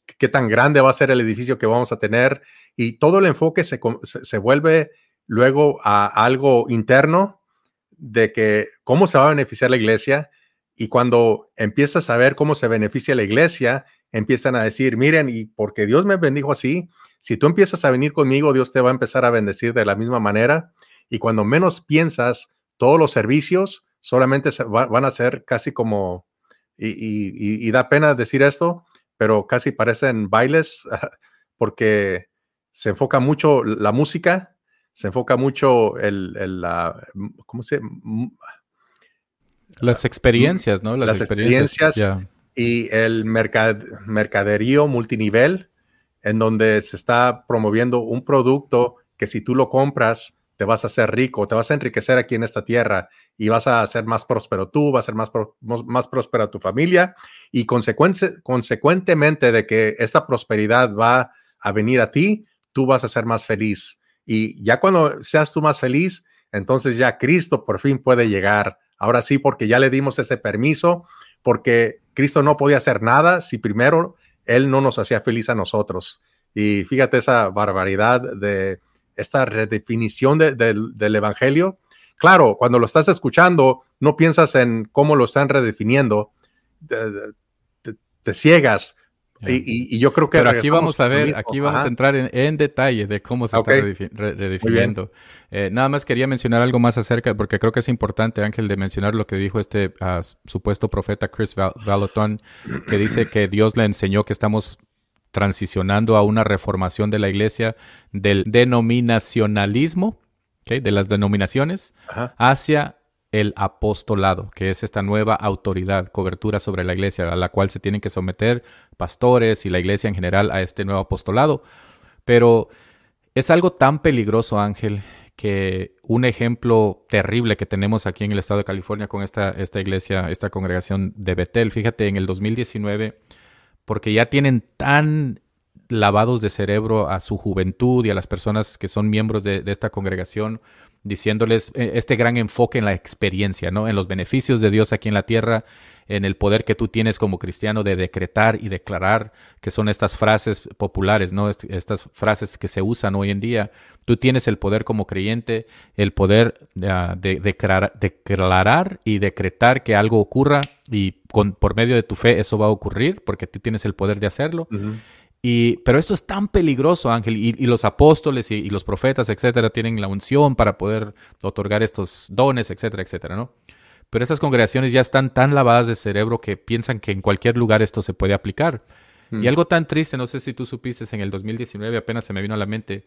B: qué tan grande va a ser el edificio que vamos a tener, y todo el enfoque se, se, se vuelve luego a algo interno de que cómo se va a beneficiar la iglesia. Y cuando empiezas a ver cómo se beneficia la iglesia, empiezan a decir, miren, y porque Dios me bendijo así, si tú empiezas a venir conmigo, Dios te va a empezar a bendecir de la misma manera. Y cuando menos piensas, todos los servicios solamente se va, van a ser casi como, y, y, y da pena decir esto, pero casi parecen bailes, porque se enfoca mucho la música, se enfoca mucho el, el la, ¿cómo se llama?
A: Las experiencias, ¿no?
B: Las, las experiencias, experiencias yeah. Y el mercad, mercaderío multinivel, en donde se está promoviendo un producto que si tú lo compras, te vas a hacer rico, te vas a enriquecer aquí en esta tierra y vas a ser más próspero tú, vas a ser más, pro, más próspera tu familia, y consecuente, consecuentemente de que esa prosperidad va a venir a ti, tú vas a ser más feliz. Y ya cuando seas tú más feliz, entonces ya Cristo por fin puede llegar. Ahora sí, porque ya le dimos ese permiso, porque Cristo no podía hacer nada si primero Él no nos hacía feliz a nosotros. Y fíjate esa barbaridad de esta redefinición de, de, del evangelio. Claro, cuando lo estás escuchando, no piensas en cómo lo están redefiniendo, te, te, te ciegas. Yeah. Y, y, y yo creo que...
A: Pero aquí vamos a ver, aquí vamos Ajá. a entrar en, en detalle de cómo se okay. está redefi re redefiniendo. Eh, nada más quería mencionar algo más acerca, porque creo que es importante, Ángel, de mencionar lo que dijo este uh, supuesto profeta Chris Vallotton, que dice que Dios le enseñó que estamos transicionando a una reformación de la iglesia del denominacionalismo, ¿okay? de las denominaciones, Ajá. hacia el apostolado, que es esta nueva autoridad, cobertura sobre la iglesia, a la cual se tienen que someter pastores y la iglesia en general a este nuevo apostolado. Pero es algo tan peligroso, Ángel, que un ejemplo terrible que tenemos aquí en el estado de California con esta, esta iglesia, esta congregación de Betel, fíjate, en el dos mil diecinueve, porque ya tienen tan lavados de cerebro a su juventud y a las personas que son miembros de, de esta congregación, diciéndoles este gran enfoque en la experiencia, ¿no? En los beneficios de Dios aquí en la tierra, en el poder que tú tienes como cristiano de decretar y declarar, que son estas frases populares, ¿no? Estas frases que se usan hoy en día. Tú tienes el poder como creyente, el poder uh, de, de declarar, declarar y decretar que algo ocurra, y con, por medio de tu fe eso va a ocurrir, porque tú tienes el poder de hacerlo. Uh-huh. Y, pero esto es tan peligroso, Ángel, y, y los apóstoles y, y los profetas, etcétera, tienen la unción para poder otorgar estos dones, etcétera, etcétera, ¿no? Pero estas congregaciones ya están tan lavadas de cerebro que piensan que en cualquier lugar esto se puede aplicar. Mm. Y algo tan triste, no sé si tú supiste, en el dos mil diecinueve apenas se me vino a la mente,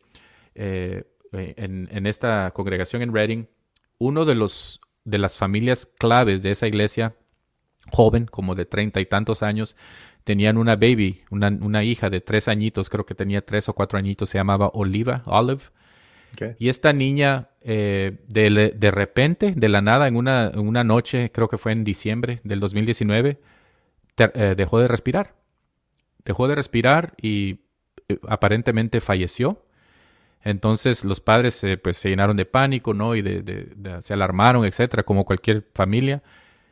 A: eh, en, en esta congregación en Redding, uno de los de las familias claves de esa iglesia, joven, como de treinta y tantos años, tenían una baby, una, una hija de tres añitos, creo que tenía tres o cuatro añitos, se llamaba Oliva, Olive. Okay. Y esta niña, eh, de, de repente, de la nada, en una, en una noche, creo que fue en diciembre del dos mil diecinueve, te, eh, dejó de respirar. Dejó de respirar y eh, aparentemente falleció. Entonces los padres eh, pues, se llenaron de pánico, ¿no? Y de, de, de, se alarmaron, etcétera, como cualquier familia.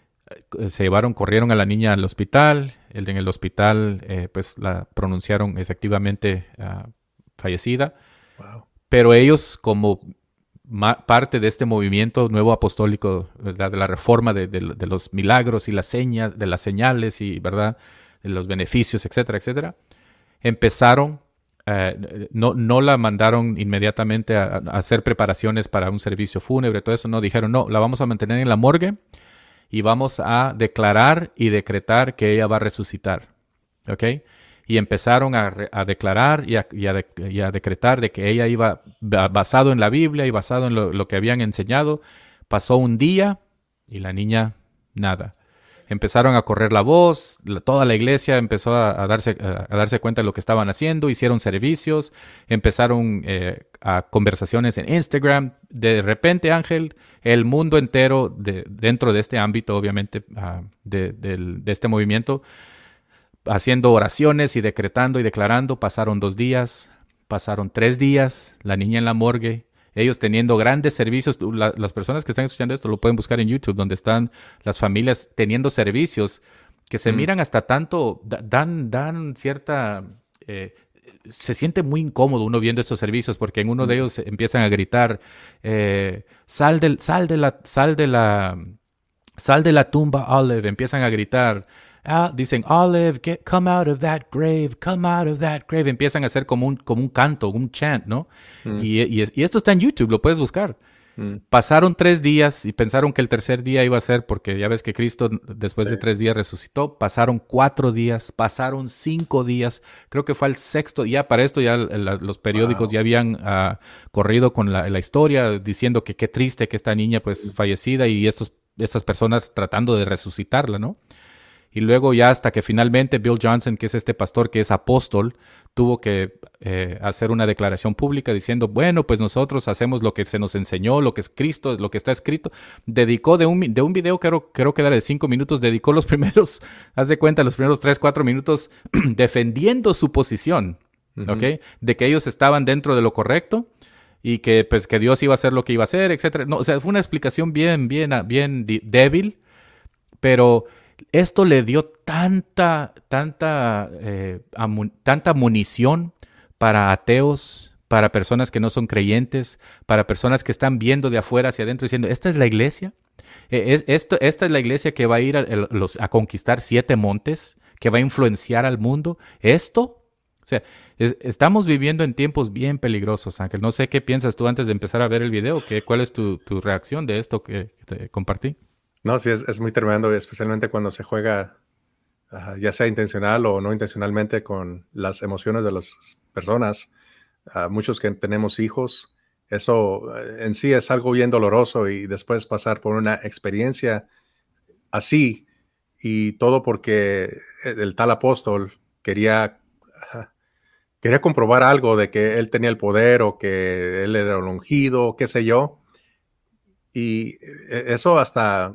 A: Se llevaron, corrieron a la niña al hospital. El, en el hospital, eh, pues la pronunciaron efectivamente uh, fallecida. Wow. Pero ellos, como ma- parte de este movimiento nuevo apostólico, ¿verdad? De la reforma de, de, de los milagros y las señas, de las señales y, ¿verdad? De los beneficios, etcétera, etcétera, empezaron, eh, no, no la mandaron inmediatamente a, a hacer preparaciones para un servicio fúnebre, todo eso, no, dijeron, no, la vamos a mantener en la morgue y vamos a declarar y decretar que ella va a resucitar, ¿ok? Y empezaron a, a declarar y a, y, a de, y a decretar de que ella iba, basado en la Biblia y basado en lo, lo que habían enseñado. Pasó un día y la niña, nada. Empezaron a correr la voz, la, toda la iglesia empezó a, a, darse, a, a darse cuenta de lo que estaban haciendo, hicieron servicios, empezaron eh, a conversaciones en Instagram. De repente, Ángel, el mundo entero, de, dentro de este ámbito, obviamente, uh, de, de, de este movimiento, haciendo oraciones y decretando y declarando. Pasaron dos días, pasaron tres días, la niña en la morgue, ellos teniendo grandes servicios. La, las personas que están escuchando esto lo pueden buscar en YouTube, donde están las familias teniendo servicios que se mm. miran hasta tanto, dan, dan cierta eh, se siente muy incómodo uno viendo estos servicios porque en uno de ellos empiezan a gritar, eh, sal, del, sal, de la, sal, de la, sal de la tumba, Olive. Empiezan a gritar. Ah, dicen, Olive, get, come out of that grave, come out of that grave. Empiezan a hacer como un, como un canto, un chant, ¿no? Mm. Y, y, y esto está en YouTube, lo puedes buscar. Mm. Pasaron tres días y pensaron que el tercer día iba a ser, porque ya ves que Cristo después sí. de tres días resucitó. Pasaron cuatro días, pasaron cinco días. Creo que fue el sexto día. Para esto ya la, los periódicos wow. ya habían uh, corrido con la, la historia diciendo que qué triste que esta niña pues mm. fallecida y estos, estas personas tratando de resucitarla, ¿no? Y luego ya hasta que finalmente Bill Johnson, que es este pastor que es apóstol, tuvo que eh, hacer una declaración pública diciendo, bueno, pues nosotros hacemos lo que se nos enseñó, lo que es Cristo, lo que está escrito. Dedicó de un, de un video, creo, creo que era de cinco minutos, dedicó los primeros, haz de cuenta, los primeros tres, cuatro minutos defendiendo su posición, uh-huh. ¿ok? De que ellos estaban dentro de lo correcto y que, pues, que Dios iba a hacer lo que iba a hacer, etcétera. No, o sea, fue una explicación bien, bien, bien débil, pero esto le dio tanta, tanta, eh, amu- tanta munición para ateos, para personas que no son creyentes, para personas que están viendo de afuera hacia adentro diciendo, ¿esta es la iglesia? ¿Es, esto, ¿Esta es la iglesia que va a ir a, a, los, a conquistar siete montes? ¿Que va a influenciar al mundo? ¿Esto? O sea, es, estamos viviendo en tiempos bien peligrosos, Ángel. No sé qué piensas tú antes de empezar a ver el video. ¿Qué, ¿Cuál es tu, tu reacción de esto que, que te compartí?
B: No, sí, es, es muy tremendo, especialmente cuando se juega, uh, ya sea intencional o no intencionalmente, con las emociones de las personas. Uh, muchos que tenemos hijos, eso uh, en sí es algo bien doloroso y después pasar por una experiencia así y todo porque el tal apóstol quería, uh, quería comprobar algo de que él tenía el poder o que él era el ungido, qué sé yo. Y eso hasta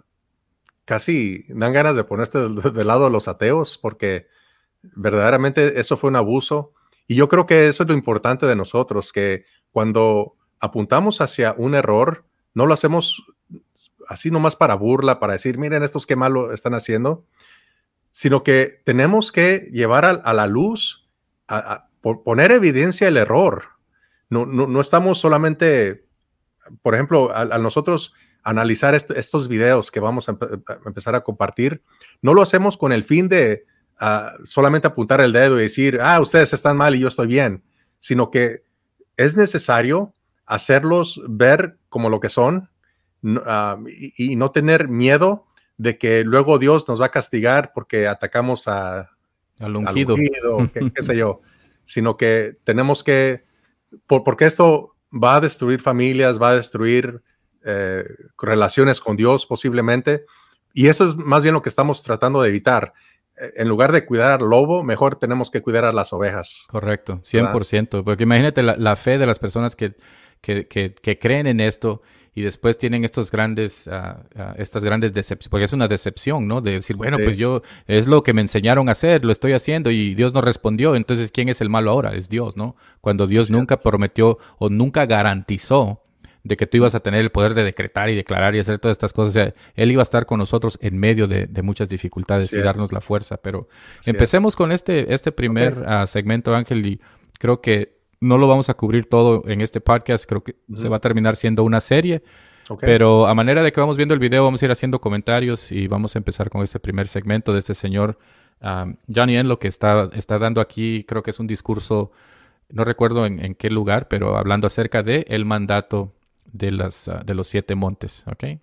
B: casi dan ganas de ponerse del, del lado de los ateos, porque verdaderamente eso fue un abuso. Y yo creo que eso es lo importante de nosotros, que cuando apuntamos hacia un error, no lo hacemos así nomás para burla, para decir, miren estos qué malo están haciendo, sino que tenemos que llevar a, a la luz, a, a poner evidencia el error. No, no, no estamos solamente, por ejemplo, a, a nosotros analizar est- estos videos que vamos a, empe- a empezar a compartir, no lo hacemos con el fin de uh, solamente apuntar el dedo y decir, ah, ustedes están mal y yo estoy bien, sino que es necesario hacerlos ver como lo que son uh, y, y no tener miedo de que luego Dios nos va a castigar porque atacamos a,
A: al ungido,
B: al ungido qué, qué sé yo, sino que tenemos que, por, porque esto va a destruir familias, va a destruir Eh, relaciones con Dios posiblemente, y eso es más bien lo que estamos tratando de evitar. Eh, en lugar de cuidar al lobo, mejor tenemos que cuidar a las ovejas.
A: Correcto, cien por ciento, ¿verdad? Porque imagínate la, la fe de las personas que, que, que, que creen en esto y después tienen estos grandes, uh, uh, estas grandes decepciones, porque es una decepción, ¿no? De decir, bueno, sí. pues yo, es lo que me enseñaron a hacer, lo estoy haciendo y Dios no respondió, entonces ¿quién es el malo ahora? Es Dios, ¿no? Cuando Dios sí, nunca prometió o nunca garantizó de que tú ibas a tener el poder de decretar y declarar y hacer todas estas cosas. O sea, Él iba a estar con nosotros en medio de, de muchas dificultades sí, y darnos la fuerza. Pero sí, empecemos es. con este, este primer okay. uh, segmento, Ángel, y creo que no lo vamos a cubrir todo en este podcast. Creo que uh-huh. se va a terminar siendo una serie. Okay. Pero a manera de que vamos viendo el video, vamos a ir haciendo comentarios y vamos a empezar con este primer segmento de este señor um, Johnny Enlow, que está, está dando aquí, creo que es un discurso, no recuerdo en, en qué lugar, pero hablando acerca de el mandato de las uh, de los siete montes, ¿ok?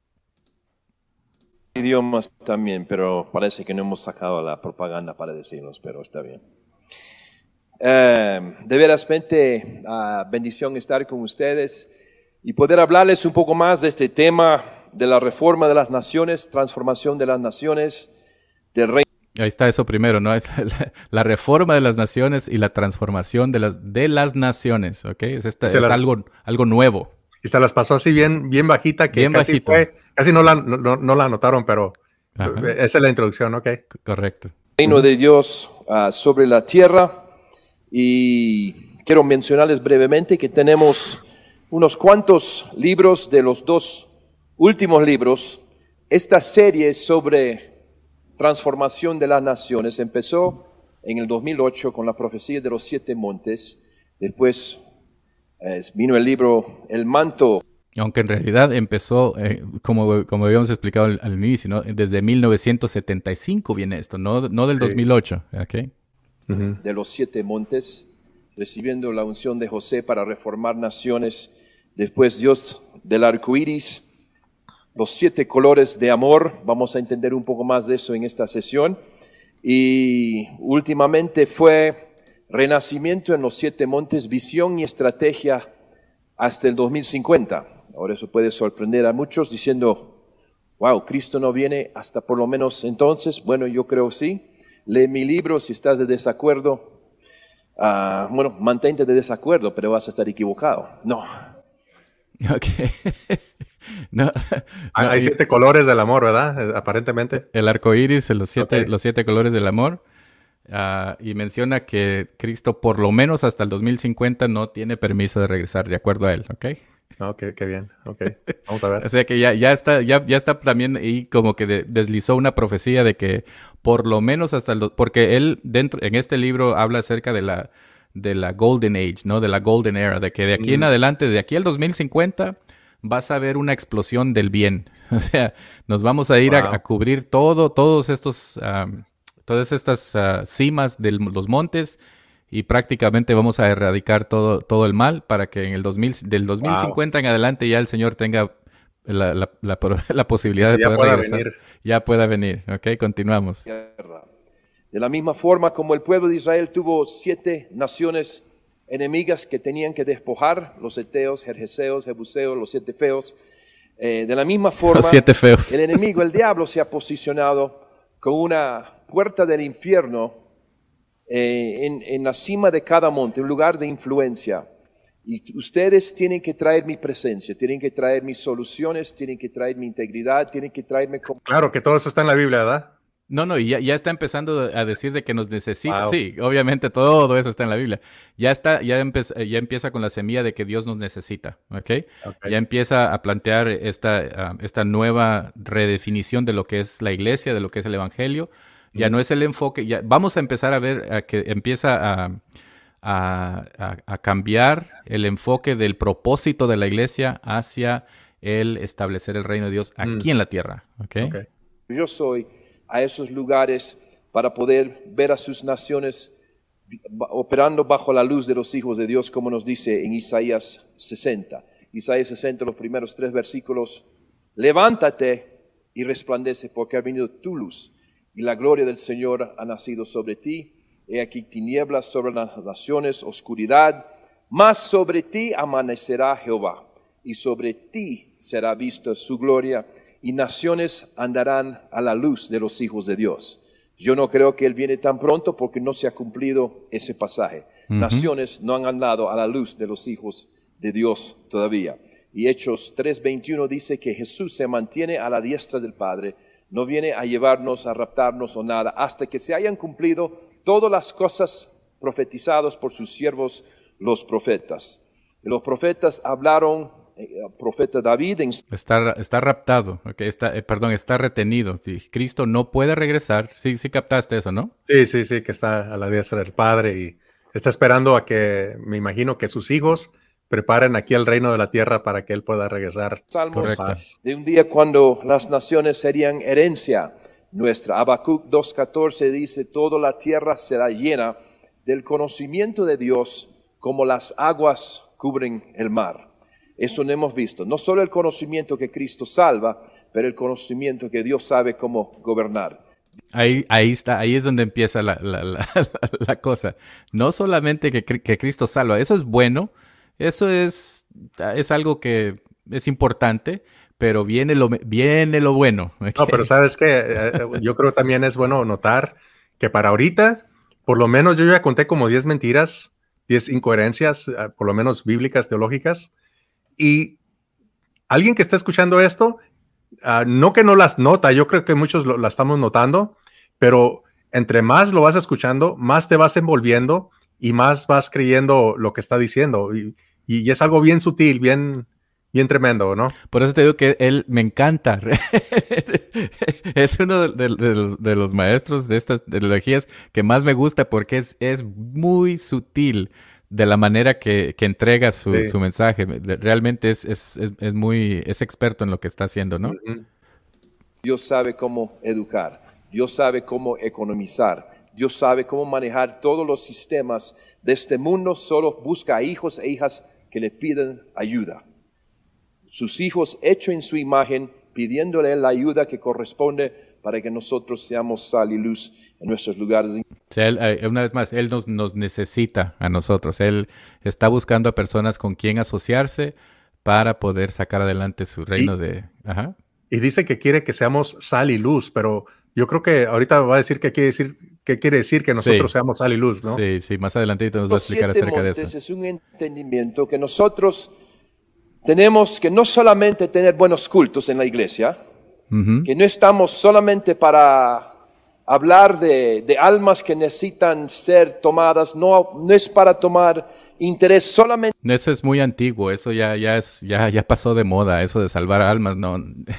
C: Idiomas también, pero parece que no hemos sacado la propaganda para decirlos, pero está bien. Uh, de verasmente, uh, bendición estar con ustedes y poder hablarles un poco más de este tema de la reforma de las naciones, transformación de las naciones, del reino.
A: Ahí está eso primero, ¿no? La, la reforma de las naciones y la transformación de las, de las naciones, ¿ok? Es, esta, es la... algo, algo nuevo.
B: Y se las pasó así bien, bien bajita, que bien casi bajito. fue, casi no la, no, no la anotaron, pero Ajá. esa es la introducción, ¿ok?
A: Correcto.
C: El reino de Dios uh, sobre la tierra, y quiero mencionarles brevemente que tenemos unos cuantos libros de los dos últimos libros. Esta serie sobre transformación de las naciones empezó en el dos mil ocho con la profecía de los siete montes. Después eh, vino el libro El Manto.
A: Aunque en realidad empezó, eh, como, como habíamos explicado al, al inicio, ¿no? Desde mil novecientos setenta y cinco viene esto, no, no del sí. dos mil ocho. ¿Okay?
C: Uh-huh. De los siete montes, recibiendo la unción de José para reformar naciones. Después Dios del arco iris, los siete colores de amor. Vamos a entender un poco más de eso en esta sesión. Y últimamente fue renacimiento en los siete montes, visión y estrategia hasta el dos mil cincuenta. Ahora eso puede sorprender a muchos diciendo, wow, Cristo no viene hasta por lo menos entonces. Bueno, yo creo sí. Lee mi libro si estás de desacuerdo. Uh, bueno, mantente de desacuerdo, pero vas a estar equivocado. No.
A: Ok. no,
B: Hay
A: no,
B: siete colores del amor, ¿verdad? Aparentemente.
A: El arco iris, los siete,
B: okay.
A: los siete colores del amor. Uh, y menciona que Cristo por lo menos hasta el dos mil cincuenta no tiene permiso de regresar, de acuerdo a él, ¿ok?
B: Ok, qué bien, ok. Vamos a ver.
A: O sea que ya, ya, está, ya, ya está también ahí como que de, deslizó una profecía de que por lo menos hasta el... Porque él dentro en este libro habla acerca de la, de la Golden Age, ¿no? De la Golden Era, de que de aquí mm. en adelante, de aquí al dos mil cincuenta, vas a ver una explosión del bien. O sea, nos vamos a ir wow. a, a cubrir todo, todos estos... Um, todas estas uh, cimas de los montes y prácticamente vamos a erradicar todo, todo el mal para que en el dos mil, del dos mil cincuenta wow. en adelante ya el Señor tenga la, la, la, la posibilidad de
B: ya
A: poder regresar.
B: Venir.
A: Ya pueda venir. Ok, continuamos.
C: De la misma forma como el pueblo de Israel tuvo siete naciones enemigas que tenían que despojar, los heteos, jerjeseos, jebuseos, los siete feos. Eh, de la misma forma,
A: los siete feos.
C: El enemigo, el diablo, se ha posicionado con una puerta del infierno eh, en, en la cima de cada monte, un lugar de influencia. Y ustedes tienen que traer mi presencia, tienen que traer mis soluciones, tienen que traer mi integridad, tienen que traerme... Como...
B: Claro que todo eso está en la Biblia, ¿verdad?
A: No, no, y ya, ya está empezando a decir de que nos necesita.
B: Wow.
A: Sí, obviamente todo eso está en la Biblia. Ya está, ya, empe- ya empieza con la semilla de que Dios nos necesita, ¿ok? okay. Ya empieza a plantear esta, uh, esta nueva redefinición de lo que es la iglesia, de lo que es el evangelio. Ya mm. no es el enfoque, ya vamos a empezar a ver a que empieza a, a, a, a cambiar el enfoque del propósito de la iglesia hacia el establecer el reino de Dios aquí mm. en la tierra, ¿ok?
B: okay.
C: Yo soy a esos lugares para poder ver a sus naciones operando bajo la luz de los hijos de Dios, como nos dice en Isaías sesenta. Isaías sesenta, los primeros tres versículos. Levántate y resplandece, porque ha venido tu luz, y la gloria del Señor ha nacido sobre ti. He aquí tinieblas sobre las naciones, oscuridad, mas sobre ti amanecerá Jehová, y sobre ti será vista su gloria, y naciones andarán a la luz de los hijos de Dios. Yo no creo que Él viene tan pronto porque no se ha cumplido ese pasaje. Uh-huh. Naciones no han andado a la luz de los hijos de Dios todavía. Y Hechos tres veintiuno dice que Jesús se mantiene a la diestra del Padre, no viene a llevarnos, a raptarnos o nada, hasta que se hayan cumplido todas las cosas profetizadas por sus siervos los profetas. Los profetas hablaron... El profeta David en...
A: está, está raptado, okay, está, eh, perdón, está retenido. Sí, Cristo no puede regresar. Sí, sí captaste eso, ¿no?
B: Sí, sí, sí, que está a la diestra del Padre y está esperando a que, me imagino que sus hijos preparen aquí el reino de la tierra para que Él pueda regresar.
C: Salmos de un día cuando las naciones serían herencia nuestra. Habacuc dos catorce dice, toda la tierra será llena del conocimiento de Dios como las aguas cubren el mar. Eso no hemos visto. No solo el conocimiento que Cristo salva, pero el conocimiento que Dios sabe cómo gobernar.
A: Ahí, ahí está, ahí es donde empieza la, la, la, la cosa. No solamente que, que Cristo salva, eso es bueno, eso es, es algo que es importante, pero viene lo, viene lo bueno. ¿Okay?
B: No, pero ¿sabes qué? Yo creo también es bueno notar que para ahorita, por lo menos yo ya conté como diez mentiras, diez incoherencias, por lo menos bíblicas, teológicas. Y alguien que está escuchando esto, uh, no que no las nota, yo creo que muchos lo, la estamos notando, pero entre más lo vas escuchando, más te vas envolviendo y más vas creyendo lo que está diciendo. Y, y, y es algo bien sutil, bien, bien tremendo, ¿no?
A: Por eso te digo que él me encanta. Es uno de, de- de los, de los maestros de estas teologías que más me gusta porque es, es muy sutil de la manera que, que entrega su,
B: Sí.
A: su mensaje. De- Realmente es, es, es, es muy, es experto en lo que está haciendo, ¿no?
B: Ujú.
C: Dios sabe cómo educar, Dios sabe cómo economizar, Dios sabe cómo manejar todos los sistemas de este mundo, solo busca a hijos e hijas que le piden ayuda. Sus hijos hechos en su imagen, pidiéndole la ayuda que corresponde para que nosotros seamos sal y luz en nuestros lugares.
A: O sea, él, eh, una vez más, él nos, nos necesita a nosotros. Él está buscando a personas con quien asociarse para poder sacar adelante su reino
B: Y,
A: de... Ajá.
B: y dice que quiere que seamos sal y luz, pero yo creo que ahorita va a decir qué quiere decir, qué quiere decir que nosotros
A: Sí,
B: seamos sal y luz, ¿no?
A: sí, sí. Más adelantito nos va a
C: Los
A: explicar
C: siete
A: acerca de
C: montes
A: eso.
C: es un entendimiento que nosotros tenemos que no solamente tener buenos cultos en la iglesia,
A: Ujú.
C: que no estamos solamente para hablar de, de almas que necesitan ser tomadas, no, no es para tomar interés solamente
A: Eso es muy antiguo, eso ya, ya, es, ya, ya pasó de moda, eso de salvar almas, no.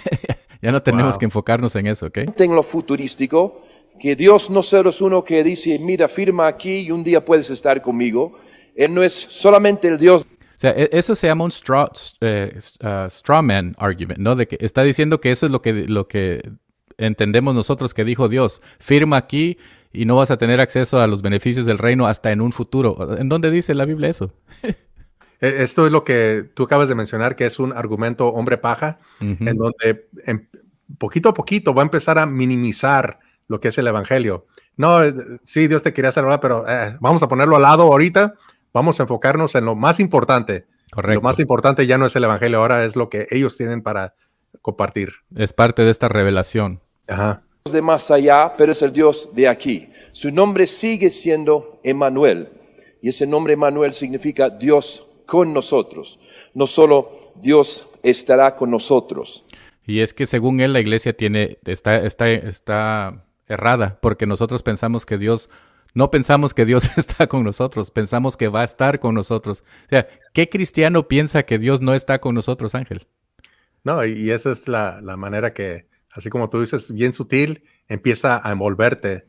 A: Ya no tenemos
B: Wow.
A: que enfocarnos en eso, ¿ok?
C: en lo futurístico, que Dios no solo es uno que dice, mira, firma aquí y un día puedes estar conmigo. Él no es solamente el Dios
A: O sea, e- eso se llama un straw, eh, uh, straw man argument, ¿no? De que está diciendo que eso es lo que, lo que entendemos nosotros que dijo Dios. Firma aquí y no vas a tener acceso a los beneficios del reino hasta en un futuro. ¿En dónde dice la Biblia eso?
B: E- Esto es lo que tú acabas de mencionar, que es un argumento hombre paja,
A: Ujú.
B: en donde en- poquito a poquito va a empezar a minimizar lo que es el evangelio. No, eh, sí, Dios te quería salvar, pero eh, vamos a ponerlo al lado ahorita, vamos a enfocarnos en lo más importante.
A: Correcto.
B: Lo más importante ya no es el evangelio, ahora es lo que ellos tienen para compartir.
A: Es parte de esta revelación.
B: Ajá.
C: de más allá, pero es el Dios de aquí. Su nombre sigue siendo Emmanuel. Y ese nombre Emmanuel significa Dios con nosotros. No solo Dios estará con nosotros.
A: Y es que según él la iglesia tiene está está está errada porque nosotros pensamos que Dios no pensamos que Dios está con nosotros, pensamos que va a estar con nosotros. O sea, ¿qué cristiano piensa que Dios no está con nosotros, Ángel?
B: No, y, y esa es la, la manera que, así como tú dices, bien sutil, empieza a envolverte.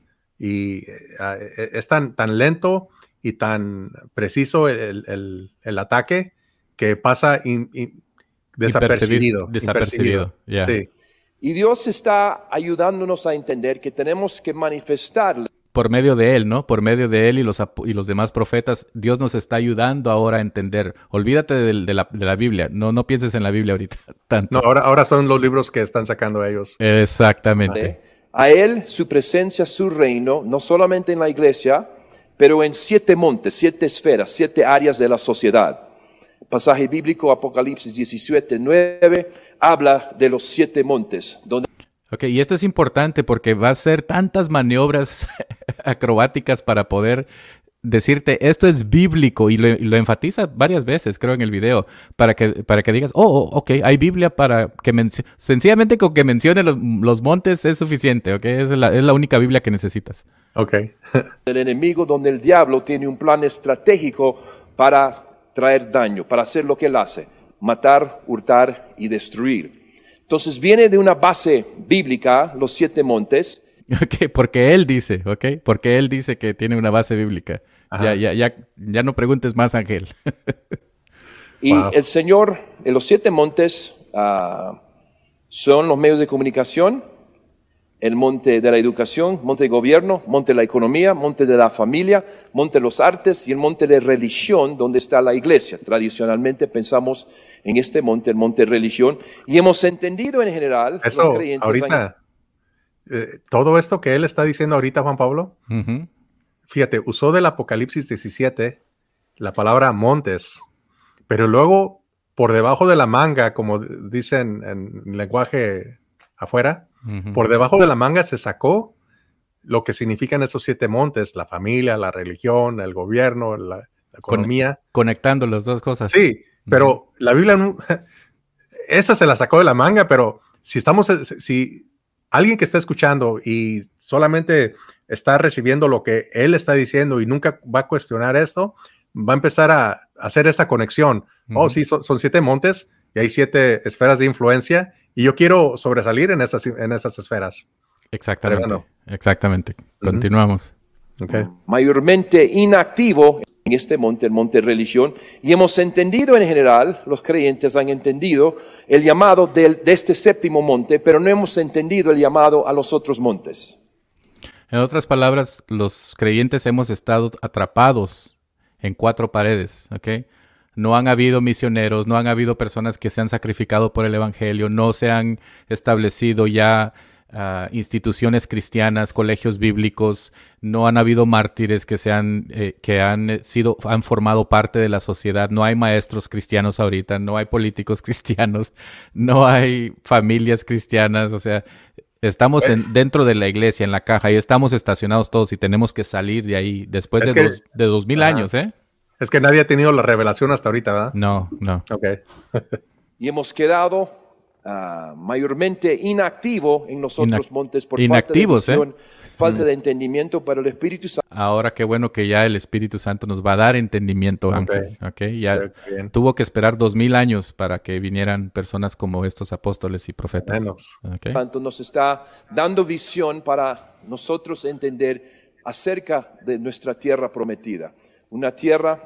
B: Y eh, es tan, tan lento y tan preciso el, el, el ataque que pasa in, in, desapercibido.
A: Desapercibido, ya.
B: Sí.
C: Y Dios está ayudándonos a entender que tenemos que manifestar
A: Por medio de él, ¿no? Por medio de él y los, ap- y los demás profetas, Dios nos está ayudando ahora a entender. Olvídate de, de la, de la Biblia, no, no pienses en la Biblia ahorita tanto.
B: No, ahora, ahora son los libros que están sacando ellos.
A: Exactamente.
C: a Él, su presencia, su reino, no solamente en la iglesia, pero en siete montes, siete esferas, siete áreas de la sociedad. Pasaje bíblico, Apocalipsis diecisiete, nueve, habla de los siete montes, donde
A: Ok, y esto es importante porque va a ser tantas maniobras acrobáticas para poder decirte esto es bíblico y lo, y lo enfatiza varias veces, creo, en el video, para que, para que digas, oh, oh, ok, hay Biblia para que menci- sencillamente con que mencione los, los montes es suficiente, ok, es la, es la única Biblia que necesitas.
B: Ok.
C: el enemigo, donde el diablo tiene un plan estratégico para traer daño, para hacer lo que él hace, matar, hurtar y destruir. Entonces viene de una base bíblica, los siete montes,
A: Ok, porque él dice, ok, porque él dice que tiene una base bíblica.
B: Ajá.
A: Ya, ya, ya, ya no preguntes más, Ángel.
C: y
B: Wow.
C: el Señor, en los siete montes ah, son los medios de comunicación, el monte de la educación, monte de gobierno, monte de la economía, monte de la familia, monte de los artes y el monte de religión, donde está la iglesia. Tradicionalmente pensamos en este monte, el monte de religión, y hemos entendido en general,
B: Eso,
C: los creyentes han-
B: ahorita, eh, todo esto que él está diciendo ahorita, Juan Pablo,
A: Ujú.
B: fíjate, usó del Apocalipsis diecisiete la palabra montes, pero luego por debajo de la manga, como d- dicen en lenguaje afuera,
A: Ujú.
B: por debajo de la manga se sacó lo que significan esos siete montes, la familia, la religión, el gobierno, la, la economía.
A: Conectando las dos cosas.
B: Sí, pero la Biblia, no- esa se la sacó de la manga, pero si estamos, si alguien que está escuchando y solamente está recibiendo lo que él está diciendo y nunca va a cuestionar esto, va a empezar a hacer esta conexión.
A: Ujú.
B: Oh, sí, son, son siete montes, y hay siete esferas de influencia, y yo quiero sobresalir en esas, en esas esferas.
A: Exactamente,
B: Pero bueno.
A: exactamente.
B: Ujú.
A: Continuamos.
B: Okay.
C: Mayormente inactivo en este monte, el monte religión, y hemos entendido en general, los creyentes han entendido el llamado de, de este séptimo monte, pero no hemos entendido el llamado a los otros montes.
A: En otras palabras, los creyentes hemos estado atrapados en cuatro paredes, ¿ok? No han habido misioneros, no han habido personas que se han sacrificado por el evangelio, no se han establecido ya uh, instituciones cristianas, colegios bíblicos, no han habido mártires que se han, eh, que han sido, han formado parte de la sociedad, no hay maestros cristianos ahorita, no hay políticos cristianos, no hay familias cristianas, o sea, estamos en, dentro de la iglesia, en la caja, y estamos estacionados todos y tenemos que salir de ahí después
B: Es
A: de,
B: que-
A: dos, de dos mil
B: Ajá.
A: años, ¿eh?
B: Es que nadie ha tenido la revelación hasta ahorita, ¿verdad?
A: No, no.
B: Ok.
C: Y hemos quedado ah, mayormente inactivo en los otros
A: Inac-
C: montes por
A: inactivos,
C: falta de visión, falta de entendimiento para el Espíritu Santo.
A: Ahora qué bueno que ya el Espíritu Santo nos va a dar entendimiento,
B: Ok.
A: Ángel. ¿Ok? Ya
B: Qué bien.
A: tuvo que esperar dos mil años para que vinieran personas como estos apóstoles y profetas.
B: Menos.
A: ¿Ok?
C: Santo nos está dando visión para nosotros entender acerca de nuestra tierra prometida. Una tierra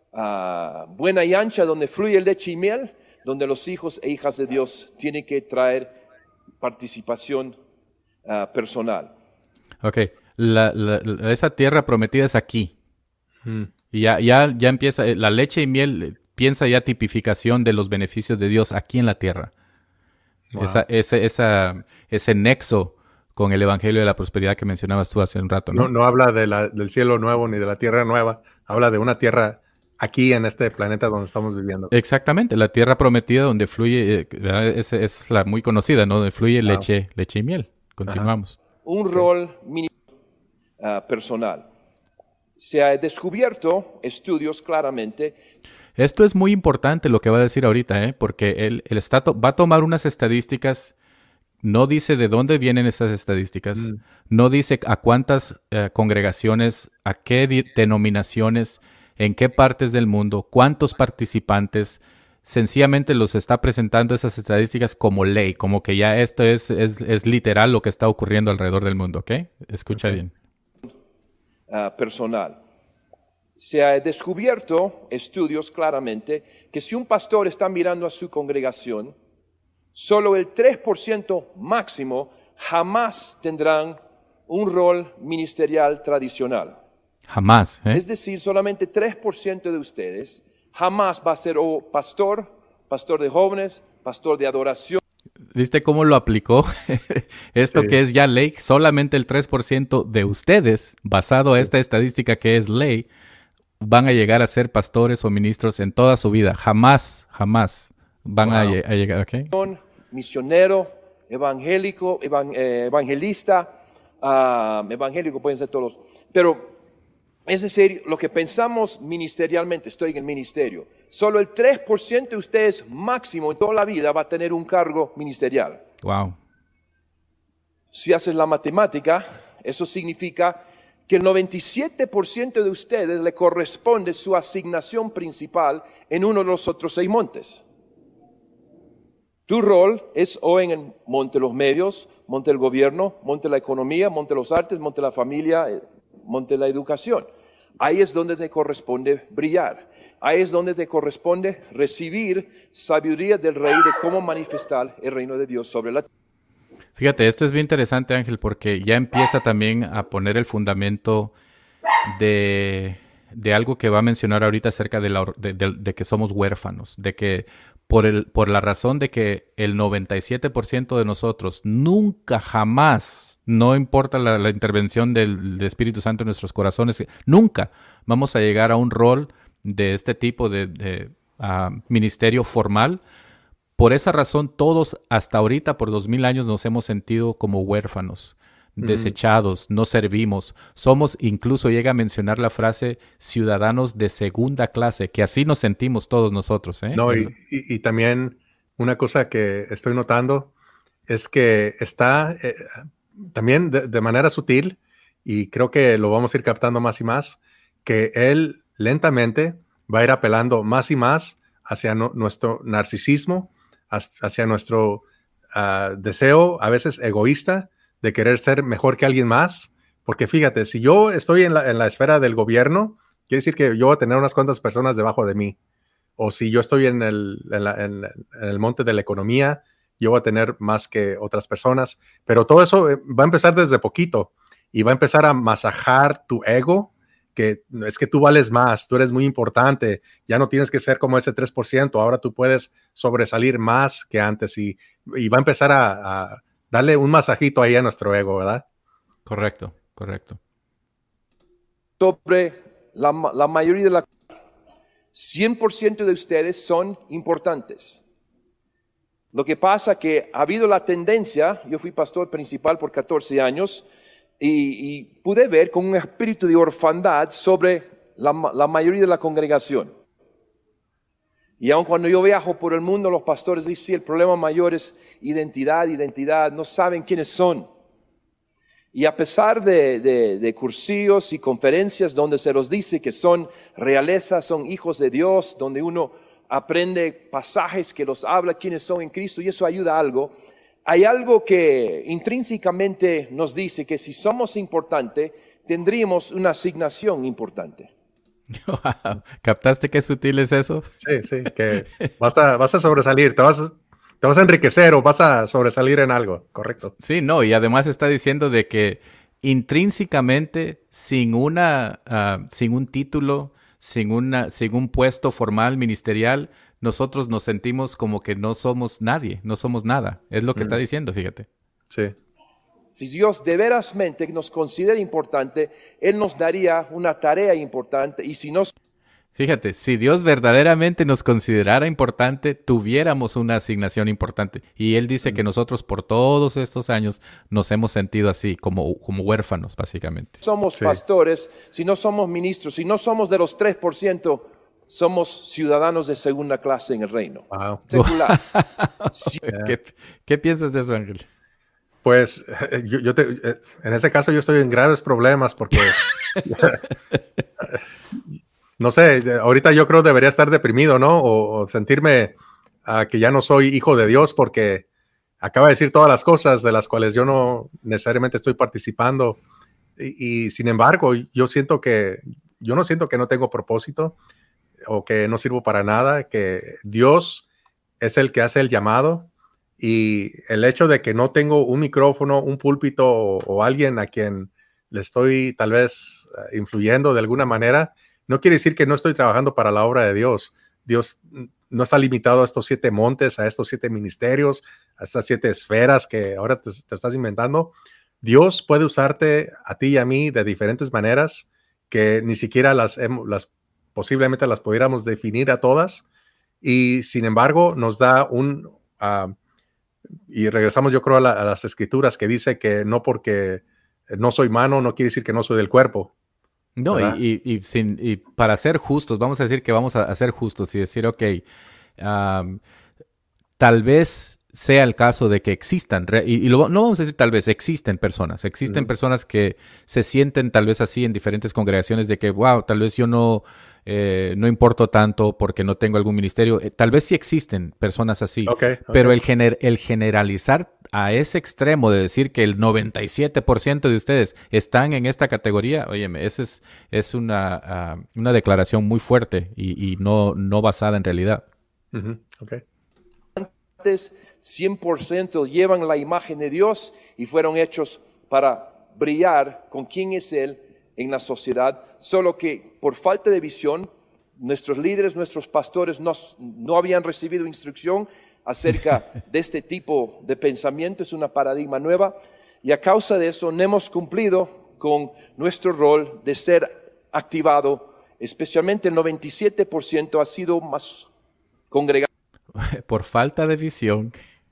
C: ah, buena y ancha donde fluye leche y miel, donde los hijos e hijas de Dios tienen que traer participación ah, personal.
A: Ok. La, la- la- esa tierra prometida es aquí.
B: Mm.
A: Y ya, ya, ya empieza, eh, la leche y miel eh, piensa ya tipificación de los beneficios de Dios aquí en la tierra.
B: Wow.
A: Esa, ese, esa, ese nexo con el Evangelio de la Prosperidad que mencionabas tú hace un rato, ¿no?
B: No, no habla de la, del cielo nuevo ni de la tierra nueva. Habla de una tierra aquí en este planeta donde estamos viviendo.
A: Exactamente, la tierra prometida donde fluye, eh, ¿verdad? es, es la muy conocida, ¿no? Donde fluye
B: Wow.
A: leche, leche y miel. Continuamos.
C: Un rol mini- ah, personal. Se ha descubierto estudios claramente
A: Esto es muy importante lo que va a decir ahorita, ¿eh? Porque él, él está to- va a tomar unas estadísticas, no dice de dónde vienen estas estadísticas,
B: Mm.
A: no dice a cuántas eh, congregaciones, a qué di- denominaciones, en qué partes del mundo, cuántos participantes, sencillamente los está presentando esas estadísticas como ley, como que ya esto es, es, es literal lo que está ocurriendo alrededor del mundo, ¿ok? Escucha bien.
C: ah, personal. Se ha descubierto estudios claramente que si un pastor está mirando a su congregación, solo el tres por ciento máximo jamás tendrán un rol ministerial tradicional.
A: Jamás, ¿eh?
C: Es decir, solamente tres por ciento de ustedes jamás va a ser o pastor, pastor de jóvenes, pastor de adoración,
A: ¿Viste cómo lo aplicó? Esto
B: Sí.
A: que es ya ley, solamente el tres por ciento de ustedes, basado a esta estadística que es ley, van a llegar a ser pastores o ministros en toda su vida. Jamás, jamás van a,
B: Wow.
A: lle- a llegar, ¿ok?
C: misionero, evangélico, evan- eh, evangelista, ah, evangélico pueden ser todos, pero es decir, lo que pensamos ministerialmente, estoy en el ministerio, solo el tres por ciento de ustedes máximo en toda la vida va a tener un cargo ministerial.
A: Wow.
C: Si haces la matemática, eso significa que el noventa y siete por ciento de ustedes le corresponde su asignación principal en uno de los otros seis montes. Tu rol es o en el monte de los medios, monte del gobierno, monte de la economía, monte de los artes, monte de la familia, eh, monte de la educación. Ahí es donde te corresponde brillar. Ahí es donde te corresponde recibir sabiduría del rey de cómo manifestar el reino de Dios sobre la tierra.
A: Fíjate, esto es bien interesante, Ángel, porque ya empieza también a poner el fundamento de, de algo que va a mencionar ahorita acerca de, la, or- de, de- de que somos huérfanos, de que por, el, por la razón de que el noventa y siete por ciento de nosotros nunca, jamás, no importa la, la intervención del, del Espíritu Santo en nuestros corazones, nunca vamos a llegar a un rol de este tipo de, de ah, ministerio formal. Por esa razón, todos hasta ahorita, por dos mil años, nos hemos sentido como huérfanos,
B: Ujú.
A: desechados, no servimos. Somos, incluso llega a mencionar la frase, ciudadanos de segunda clase, que así nos sentimos todos nosotros, ¿eh?
B: No, y, y- y también una cosa que estoy notando es que está eh, también de, de manera sutil, y creo que lo vamos a ir captando más y más, que él lentamente va a ir apelando más y más hacia no- nuestro narcisismo hacia nuestro uh, deseo, a veces egoísta, de querer ser mejor que alguien más. Porque fíjate, si yo estoy en la, en la esfera del gobierno, quiere decir que yo voy a tener unas cuantas personas debajo de mí. O si yo estoy en el, en, la, en, en el monte de la economía, yo voy a tener más que otras personas. Pero todo eso va a empezar desde poquito y va a empezar a masajar tu ego, que es que tú vales más, tú eres muy importante, ya no tienes que ser como ese tres por ciento, ahora tú puedes sobresalir más que antes y, y va a empezar a, a darle un masajito ahí a nuestro ego, ¿verdad?
A: Correcto, correcto.
C: Sobre la, la mayoría de la... cien por ciento de ustedes son importantes. Lo que pasa es que ha habido la tendencia, yo fui pastor principal por catorce años, y, y pude ver con un espíritu de orfandad sobre la, la mayoría de la congregación. Y aun cuando yo viajo por el mundo, los pastores dicen, sí, el problema mayor es identidad, identidad, no saben quiénes son. Y a pesar de, de, de cursillos y conferencias donde se los dice que son realeza, son hijos de Dios, donde uno aprende pasajes que los habla quiénes son en Cristo y eso ayuda a algo, hay algo que intrínsecamente nos dice que si somos importantes, tendríamos una asignación importante.
A: Wow. ¿Captaste qué sutil es eso?
B: Sí, sí, que vas a, vas a sobresalir, te vas a, te vas a enriquecer o vas a sobresalir en algo, correcto.
A: Sí, no, y además está diciendo de que intrínsecamente, sin una, uh, sin un título, sin, una, sin un puesto formal ministerial, nosotros nos sentimos como que no somos nadie, no somos nada. Es lo que mm. está diciendo, fíjate.
B: Sí.
C: Si Dios de verasmente nos considera importante, Él nos daría una tarea importante. Y si nos...
A: Fíjate, si Dios verdaderamente nos considerara importante, tuviéramos una asignación importante. Y Él dice mm. que nosotros por todos estos años nos hemos sentido así, como, como huérfanos, básicamente.
C: Somos sí. pastores, si no somos ministros, si no somos de los tres por ciento, somos ciudadanos de segunda clase en el reino.
B: Wow.
C: Secular.
A: Sí. ¿Qué, ¿Qué piensas de eso, Ángel?
B: Pues yo, yo te, en ese caso yo estoy en graves problemas porque no sé, ahorita yo creo debería estar deprimido, ¿no? O, o sentirme uh, que ya no soy hijo de Dios porque acaba de decir todas las cosas de las cuales yo no necesariamente estoy participando y, y sin embargo yo siento que yo no siento que no tengo propósito o que no sirvo para nada, que Dios es el que hace el llamado. Y el hecho de que no tengo un micrófono, un púlpito o, o alguien a quien le estoy tal vez uh, influyendo de alguna manera, no quiere decir que no estoy trabajando para la obra de Dios. Dios no está limitado a estos siete montes, a estos siete ministerios, a estas siete esferas que ahora te, te estás inventando. Dios puede usarte a ti y a mí de diferentes maneras que ni siquiera las, las posiblemente las pudiéramos definir a todas. Y sin embargo nos da un... Uh, Y regresamos yo creo a, la, a las escrituras que dice que no porque no soy mano no quiere decir que no soy del cuerpo.
A: No, y, y, y, sin, y para ser justos, vamos a decir que vamos a, a ser justos y decir, ok, um, tal vez sea el caso de que existan, y, y lo, no vamos a decir tal vez, existen personas, existen mm. personas que se sienten tal vez así en diferentes congregaciones de que, wow, tal vez yo no... Eh, no importo tanto porque no tengo algún ministerio. Eh, tal vez sí existen personas así,
B: okay, okay.
A: pero el, gener el generalizar a ese extremo de decir que el noventa y siete por ciento de ustedes están en esta categoría, óyeme, eso es, es una, uh, una declaración muy fuerte y, y no, no basada en realidad.
B: Uh-huh. Okay.
C: cien por ciento llevan la imagen de Dios y fueron hechos para brillar con quién es Él en la sociedad, solo que por falta de visión, nuestros líderes, nuestros pastores no, no habían recibido instrucción acerca de este tipo de pensamiento, es una paradigma nueva, y a causa de eso no hemos cumplido con nuestro rol de ser activado, especialmente el noventa y siete por ciento ha sido más congregado.
A: Por falta de visión.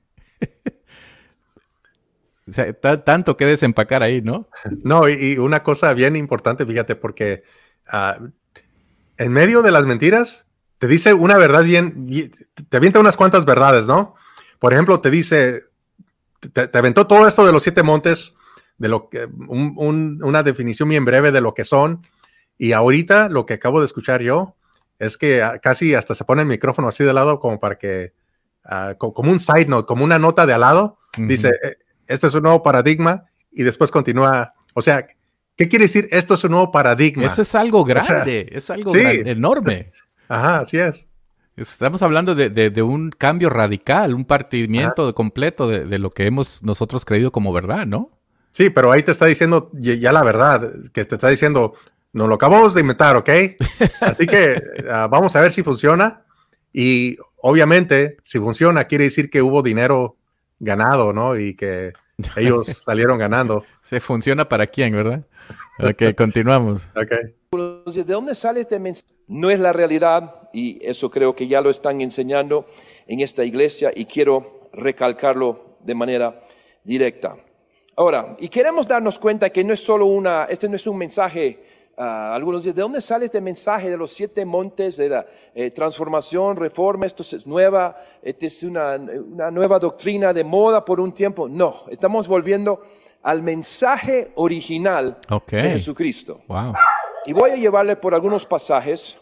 A: O sea, t- tanto que desempacar ahí, ¿no?
B: No, y, y una cosa bien importante, fíjate, porque uh, en medio de las mentiras te dice una verdad bien, bien, te avienta unas cuantas verdades, ¿no? Por ejemplo, te dice, te, te aventó todo esto de los siete montes, de lo que, un, un, una definición bien breve de lo que son, y ahorita lo que acabo de escuchar yo es que casi hasta se pone el micrófono así de lado como para que uh, co como un side note, como una nota de al lado. Uh-huh. Dice, este es un nuevo paradigma y después continúa. O sea, ¿qué quiere decir esto es un nuevo paradigma?
A: Eso es algo grande, o sea, es algo sí. grande, enorme.
B: Ajá, así es.
A: Estamos hablando de, de, de un cambio radical, un partimiento Ajá. completo de, de lo que hemos nosotros creído como verdad, ¿no?
B: Sí, pero ahí te está diciendo ya la verdad, que te está diciendo, nos lo acabamos de inventar, ¿ok? Así que uh, vamos a ver si funciona. Y obviamente, si funciona, quiere decir que hubo dinero ganado, ¿no? Y que ellos salieron ganando.
A: Se funciona para quién, ¿verdad? Ok, continuamos.
B: Okay.
C: ¿De dónde sale este mensaje? No es la realidad y eso creo que ya lo están enseñando en esta iglesia y quiero recalcarlo de manera directa. Ahora, y queremos darnos cuenta que no es solo una, este no es un mensaje, uh, algunos dicen, ¿de dónde sale este mensaje de los siete montes, de la eh, transformación, reforma? Esto es nueva, esta es una, una nueva doctrina de moda por un tiempo. No, estamos volviendo al mensaje original okay. de Jesucristo.
A: Wow.
C: Y voy a llevarle por algunos pasajes.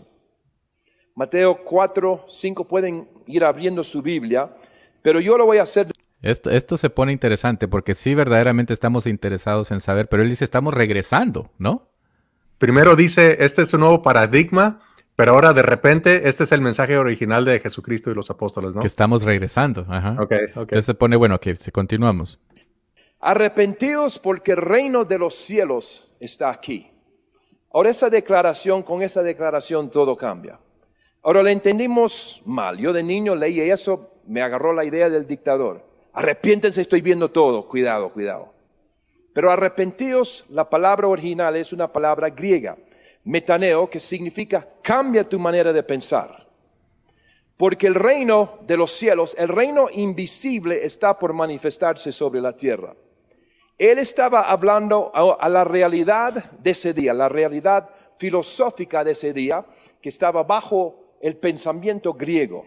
C: Mateo cuatro, cinco, pueden ir abriendo su Biblia, pero yo lo voy a hacer.
A: Esto, esto se pone interesante porque sí, verdaderamente estamos interesados en saber, pero él dice, estamos regresando, ¿no?
B: Primero dice, este es un nuevo paradigma, pero ahora de repente, este es el mensaje original de Jesucristo y los apóstoles, ¿no?
A: Que estamos regresando, ajá.
B: Okay, okay.
A: Entonces se pone, bueno, que si continuamos.
C: Arrepentidos porque el reino de los cielos está aquí. Ahora esa declaración, con esa declaración todo cambia. Ahora la entendimos mal. Yo de niño leí eso, me agarró la idea del dictador. Arrepiéntense, estoy viendo todo. Cuidado, cuidado. Pero arrepentidos, la palabra original es una palabra griega, metaneo, que significa cambia tu manera de pensar. Porque el reino de los cielos, el reino invisible está por manifestarse sobre la tierra. Él estaba hablando a, a la realidad de ese día, la realidad filosófica de ese día, que estaba bajo el pensamiento griego.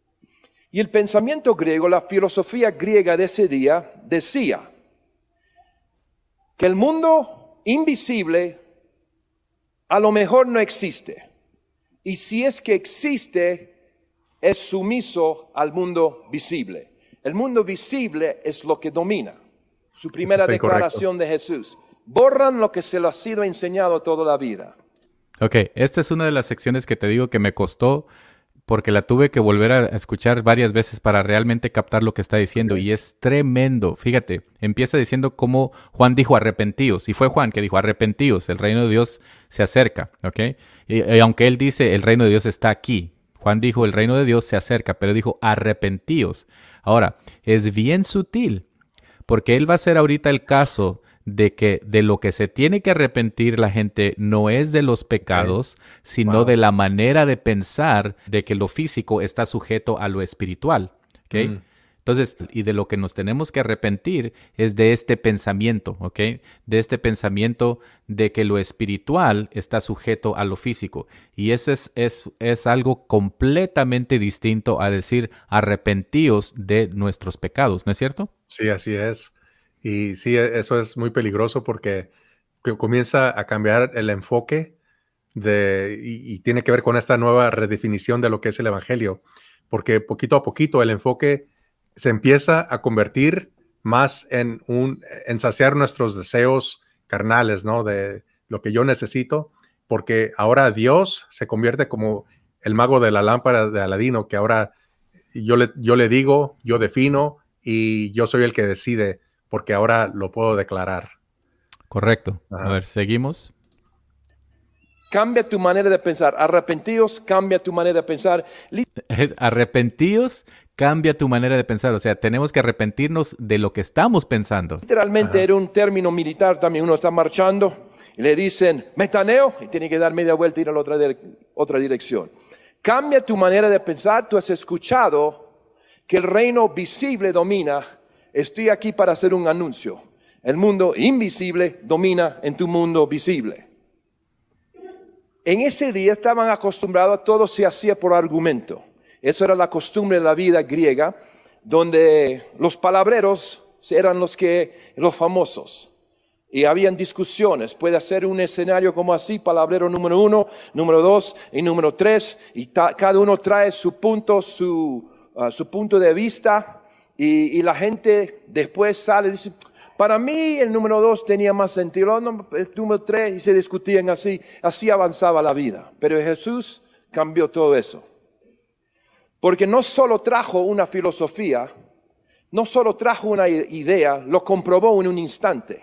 C: Y el pensamiento griego, la filosofía griega de ese día, decía que el mundo invisible a lo mejor no existe. Y si es que existe, es sumiso al mundo visible. El mundo visible es lo que domina. Su primera declaración incorrecto. De Jesús. Borran lo que se les ha sido enseñado toda la vida.
A: Ok, esta es una de las secciones que te digo que me costó porque la tuve que volver a escuchar varias veces para realmente captar lo que está diciendo. Okay. Y es tremendo. Fíjate, empieza diciendo cómo Juan dijo arrepentíos. Y fue Juan que dijo arrepentíos, el reino de Dios se acerca. ¿Ok? Y, y aunque él dice el reino de Dios está aquí. Juan dijo el reino de Dios se acerca, pero dijo arrepentíos. Ahora, es bien sutil. Porque él va a ser ahorita el caso de que de lo que se tiene que arrepentir la gente no es de los pecados, okay. sino wow. de la manera de pensar de que lo físico está sujeto a lo espiritual. ¿Okay? Mm. Entonces, y de lo que nos tenemos que arrepentir es de este pensamiento, ¿ok? De este pensamiento de que lo espiritual está sujeto a lo físico. Y eso es, es, es algo completamente distinto a decir arrepentíos de nuestros pecados, ¿no es cierto?
B: Sí, así es. Y sí, eso es muy peligroso porque comienza a cambiar el enfoque de, y, y tiene que ver con esta nueva redefinición de lo que es el evangelio. Porque poquito a poquito el enfoque se empieza a convertir más en un en saciar nuestros deseos carnales, ¿no? De lo que yo necesito, porque ahora Dios se convierte como el mago de la lámpara de Aladino, que ahora yo le, yo le digo, yo defino y yo soy el que decide, porque ahora lo puedo declarar.
A: Correcto. Ajá. A ver, seguimos.
C: Cambia tu manera de pensar. Arrepentíos, cambia tu manera de pensar.
A: Arrepentíos, cambia tu manera de pensar. O sea, tenemos que arrepentirnos de lo que estamos pensando.
C: Literalmente Ajá. era un término militar también. Uno está marchando y le dicen metaneo y tiene que dar media vuelta y ir a la otra, de, otra dirección. Cambia tu manera de pensar. Tú has escuchado que el reino visible domina. Estoy aquí para hacer un anuncio. El mundo invisible domina en tu mundo visible. En ese día estaban acostumbrados a todo se hacía por argumento. Eso era la costumbre de la vida griega, donde los palabreros eran los que los famosos. Y habían discusiones. Puede hacer un escenario como así, palabrero número uno, número dos y número tres. Y ta, cada uno trae su punto, su, uh, su punto de vista y, y la gente después sale y dice, para mí el número dos tenía más sentido, el número tres, y se discutían así, así avanzaba la vida. Pero Jesús cambió todo eso. Porque no solo trajo una filosofía, no solo trajo una idea, lo comprobó en un instante.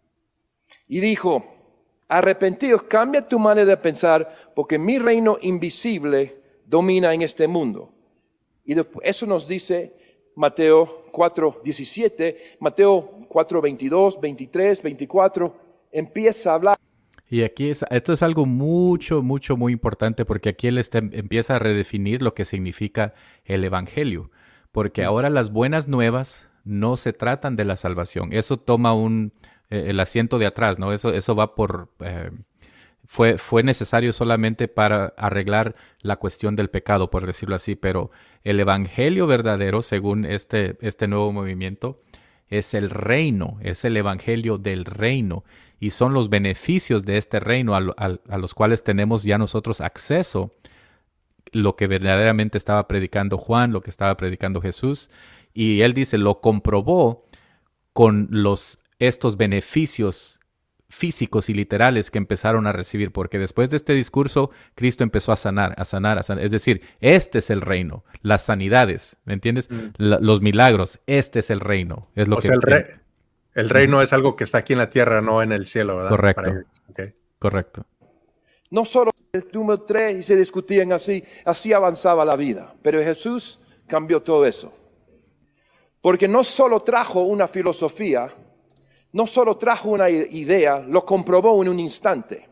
C: Y dijo, arrepentidos, cambia tu manera de pensar, porque mi reino invisible domina en este mundo. Y después, eso nos dice Mateo cuatro diecisiete, Mateo cuatro veintidós, veintitrés, veinticuatro, empieza a hablar.
A: Y aquí es, esto es algo mucho, mucho, muy importante, porque aquí él está, empieza a redefinir lo que significa el evangelio. Porque ahora las buenas nuevas no se tratan de la salvación. Eso toma un, eh, el asiento de atrás, ¿no? Eso, eso va por... Eh, fue, fue necesario solamente para arreglar la cuestión del pecado, por decirlo así. Pero el evangelio verdadero, según este, este nuevo movimiento, es el reino, es el evangelio del reino. Y son los beneficios de este reino a, a, a los cuales tenemos ya nosotros acceso, lo que verdaderamente estaba predicando Juan, lo que estaba predicando Jesús. Y él dice, lo comprobó con los, estos beneficios físicos y literales que empezaron a recibir, porque después de este discurso, Cristo empezó a sanar, a sanar, a sanar. Es decir, este es el reino, las sanidades, ¿me entiendes? Mm. La, los milagros, este es el reino. Es lo
B: o
A: que
B: sea, el, re el reino mm. es algo que está aquí en la tierra, no en el cielo, ¿verdad?
A: Correcto, okay. Correcto.
C: No solo el número tres y se discutían así, así avanzaba la vida. Pero Jesús cambió todo eso. Porque no solo trajo una filosofía, no solo trajo una idea, lo comprobó en un instante.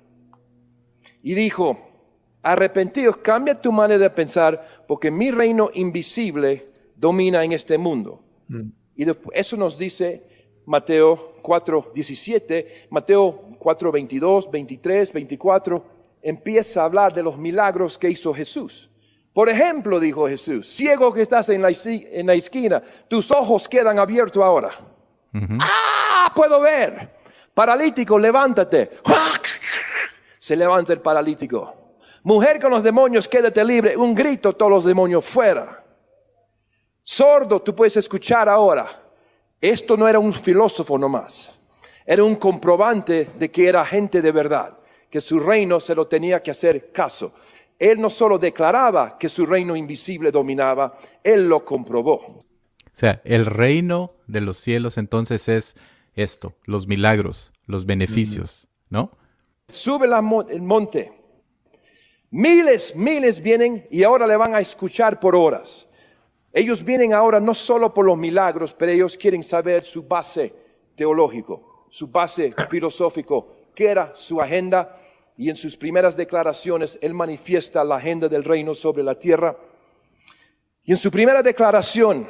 C: Y dijo, arrepentidos, cambia tu manera de pensar, porque mi reino invisible domina en este mundo. Mm. Y después, eso nos dice Mateo cuatro diecisiete, Mateo cuatro veintidós, veintitrés, veinticuatro, empieza a hablar de los milagros que hizo Jesús. Por ejemplo, dijo Jesús, ciego que estás en la, en la esquina, tus ojos quedan abiertos ahora. Uh-huh. ¡Ah! Puedo ver. Paralítico, levántate. Se levanta el paralítico. Mujer con los demonios, quédate libre. Un grito, todos los demonios fuera. Sordo, tú puedes escuchar ahora. Esto no era un filósofo nomás. Era un comprobante de que era gente de verdad, que su reino se lo tenía que hacer caso. Él no solo declaraba que su reino invisible dominaba, él lo comprobó.
A: O sea, el reino de los cielos entonces es esto, los milagros, los beneficios, ¿no?
C: Sube la mo el monte. Miles, miles vienen y ahora le van a escuchar por horas. Ellos vienen ahora no solo por los milagros, pero ellos quieren saber su base teológico, su base filosófico, qué era su agenda. Y en sus primeras declaraciones, él manifiesta la agenda del reino sobre la tierra. Y en su primera declaración,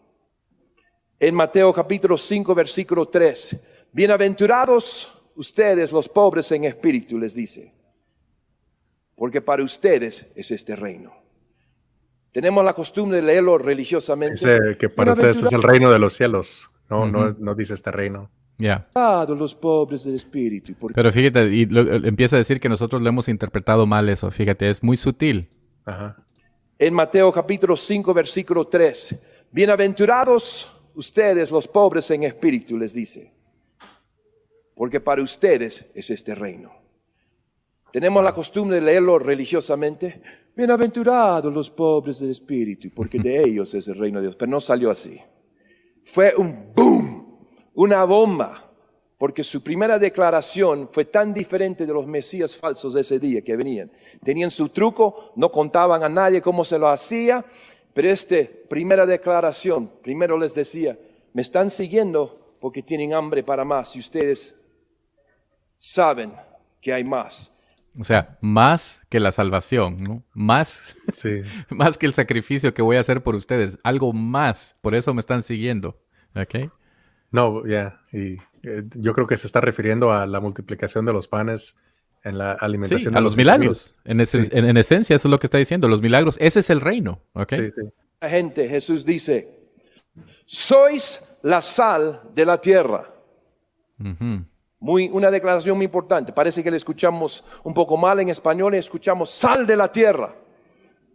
C: en Mateo capítulo cinco, versículo tres, bienaventurados ustedes los pobres en espíritu, les dice, porque para ustedes es este reino. Tenemos la costumbre de leerlo religiosamente.
B: Dice que para ustedes es el reino de los cielos, no, uh-huh. no, no dice este reino.
A: Ya.
C: Yeah. Los pobres del espíritu. Porque...
A: Pero fíjate, y lo, empieza a decir que nosotros le hemos interpretado mal eso. Fíjate, es muy sutil.
B: Ajá.
C: En Mateo capítulo cinco, versículo tres, bienaventurados ustedes los pobres en espíritu, les dice, porque para ustedes es este reino. Tenemos la costumbre de leerlo religiosamente. Bienaventurados los pobres del espíritu, porque de ellos es el reino de Dios. Pero no salió así. Fue un boom, una bomba, porque su primera declaración fue tan diferente de los mesías falsos de ese día que venían. Tenían su truco, no contaban a nadie cómo se lo hacía, pero esta primera declaración, primero les decía, me están siguiendo porque tienen hambre para más y ustedes saben que hay más.
A: O sea, más que la salvación, ¿no? Más,
B: sí.
A: más que el sacrificio que voy a hacer por ustedes. Algo más. Por eso me están siguiendo. ¿Ok?
B: No, ya. Yeah. Y eh, yo creo que se está refiriendo a la multiplicación de los panes en la alimentación.
A: Sí, a los, los milagros. En, esen sí. en, en esencia, eso es lo que está diciendo. Los milagros. Ese es el reino. ¿Ok?
B: Sí, sí.
C: La gente, Jesús dice, sois la sal de la tierra.
A: Uh-huh.
C: Muy, una declaración muy importante. Parece que le escuchamos un poco mal en español y escuchamos sal de la tierra.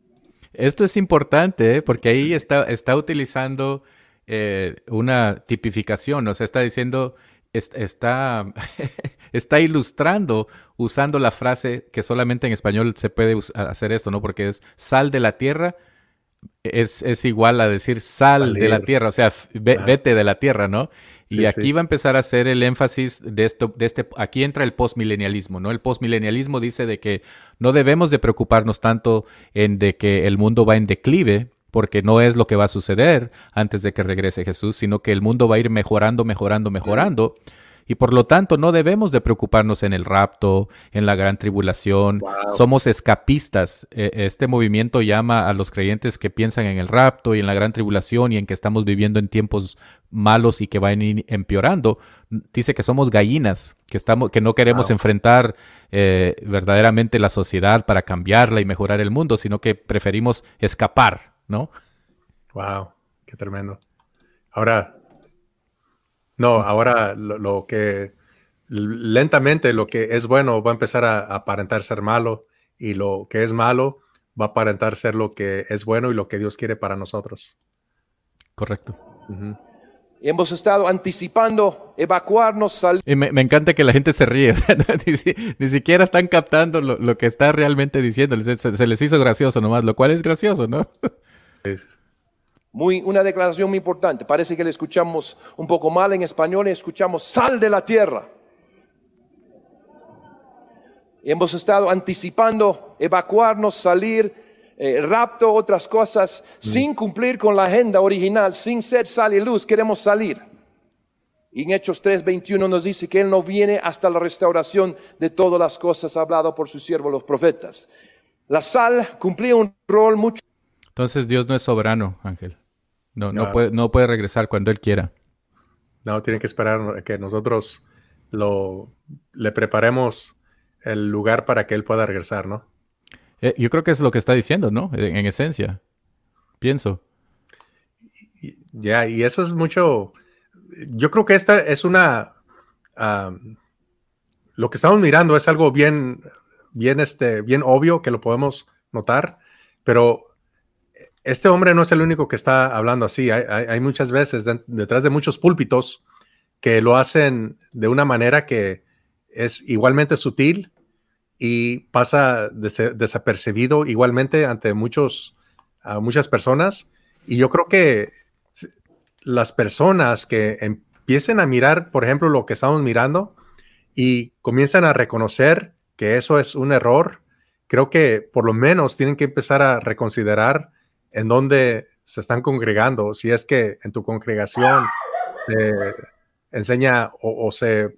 A: Esto es importante, ¿eh? Porque ahí está, está utilizando eh, una tipificación, o sea, está diciendo, es- está, está ilustrando usando la frase que solamente en español se puede us- hacer esto, ¿no? Porque es sal de la tierra, es, es igual a decir sal de la
B: Salir.
A: tierra, o sea, f- ve-
B: Ajá.
A: vete de la tierra, ¿no? Y
B: Sí,
A: aquí
B: sí.
A: va a empezar a hacer el énfasis de esto, de este, aquí entra el postmilenialismo, ¿no? El postmilenialismo dice de que no debemos de preocuparnos tanto en de que el mundo va en declive, porque no es lo que va a suceder antes de que regrese Jesús, sino que el mundo va a ir mejorando, mejorando, mejorando. Y por lo tanto no debemos de preocuparnos en el rapto, en la gran tribulación.
B: Wow.
A: Somos escapistas. Eh, Este movimiento llama a los creyentes que piensan en el rapto y en la gran tribulación y en que estamos viviendo en tiempos malos y que van a ir empeorando. Dice que somos gallinas, que, estamos, que no queremos
B: Wow.
A: enfrentar eh, verdaderamente la sociedad para cambiarla y mejorar el mundo, sino que preferimos escapar, ¿no?
B: Wow. Qué tremendo. Ahora, no, ahora lo, lo que lentamente lo que es bueno va a empezar a, a aparentar ser malo y lo que es malo va a aparentar ser lo que es bueno y lo que Dios quiere para nosotros.
A: Correcto.
B: Ujú.
C: Hemos estado anticipando evacuarnos, salir.
A: Y me, me encanta que la gente se ríe. O sea, no, ni, si- ni siquiera están captando lo, lo que está realmente diciendo. Se, se les hizo gracioso nomás, lo cual es gracioso, ¿no?
B: Es-
C: Muy, una declaración muy importante. Parece que le escuchamos un poco mal en español y escuchamos sal de la tierra. Hemos estado anticipando evacuarnos, salir, eh, rapto, otras cosas, sin cumplir con la agenda original, sin ser sal y luz. Queremos salir. Y en Hechos tres veintiuno nos dice que Él no viene hasta la restauración de todas las cosas hablado por sus siervos los profetas. La sal cumplía un rol mucho.
A: Entonces Dios no es soberano, Ángel. No, no,
B: No.
A: puede, no puede regresar cuando Él quiera.
B: No, tienen que esperar a que nosotros lo, le preparemos el lugar para que Él pueda regresar, ¿no?
A: Eh, yo creo que es lo que está diciendo, ¿no? En, en esencia. Pienso.
B: Y- Ya, y eso es mucho. Yo creo que esta es una. ah, lo que estamos mirando es algo bien, bien, este, bien obvio que lo podemos notar, pero este hombre no es el único que está hablando así. Hay, hay- hay muchas veces de- detrás de muchos púlpitos que lo hacen de una manera que es igualmente sutil y pasa des- desapercibido igualmente ante muchos, a muchas personas. Y yo creo que las personas que empiecen a mirar, por ejemplo, lo que estamos mirando y comienzan a reconocer que eso es un error, creo que por lo menos tienen que empezar a reconsiderar en dónde se están congregando, si es que en tu congregación se enseña o, o se,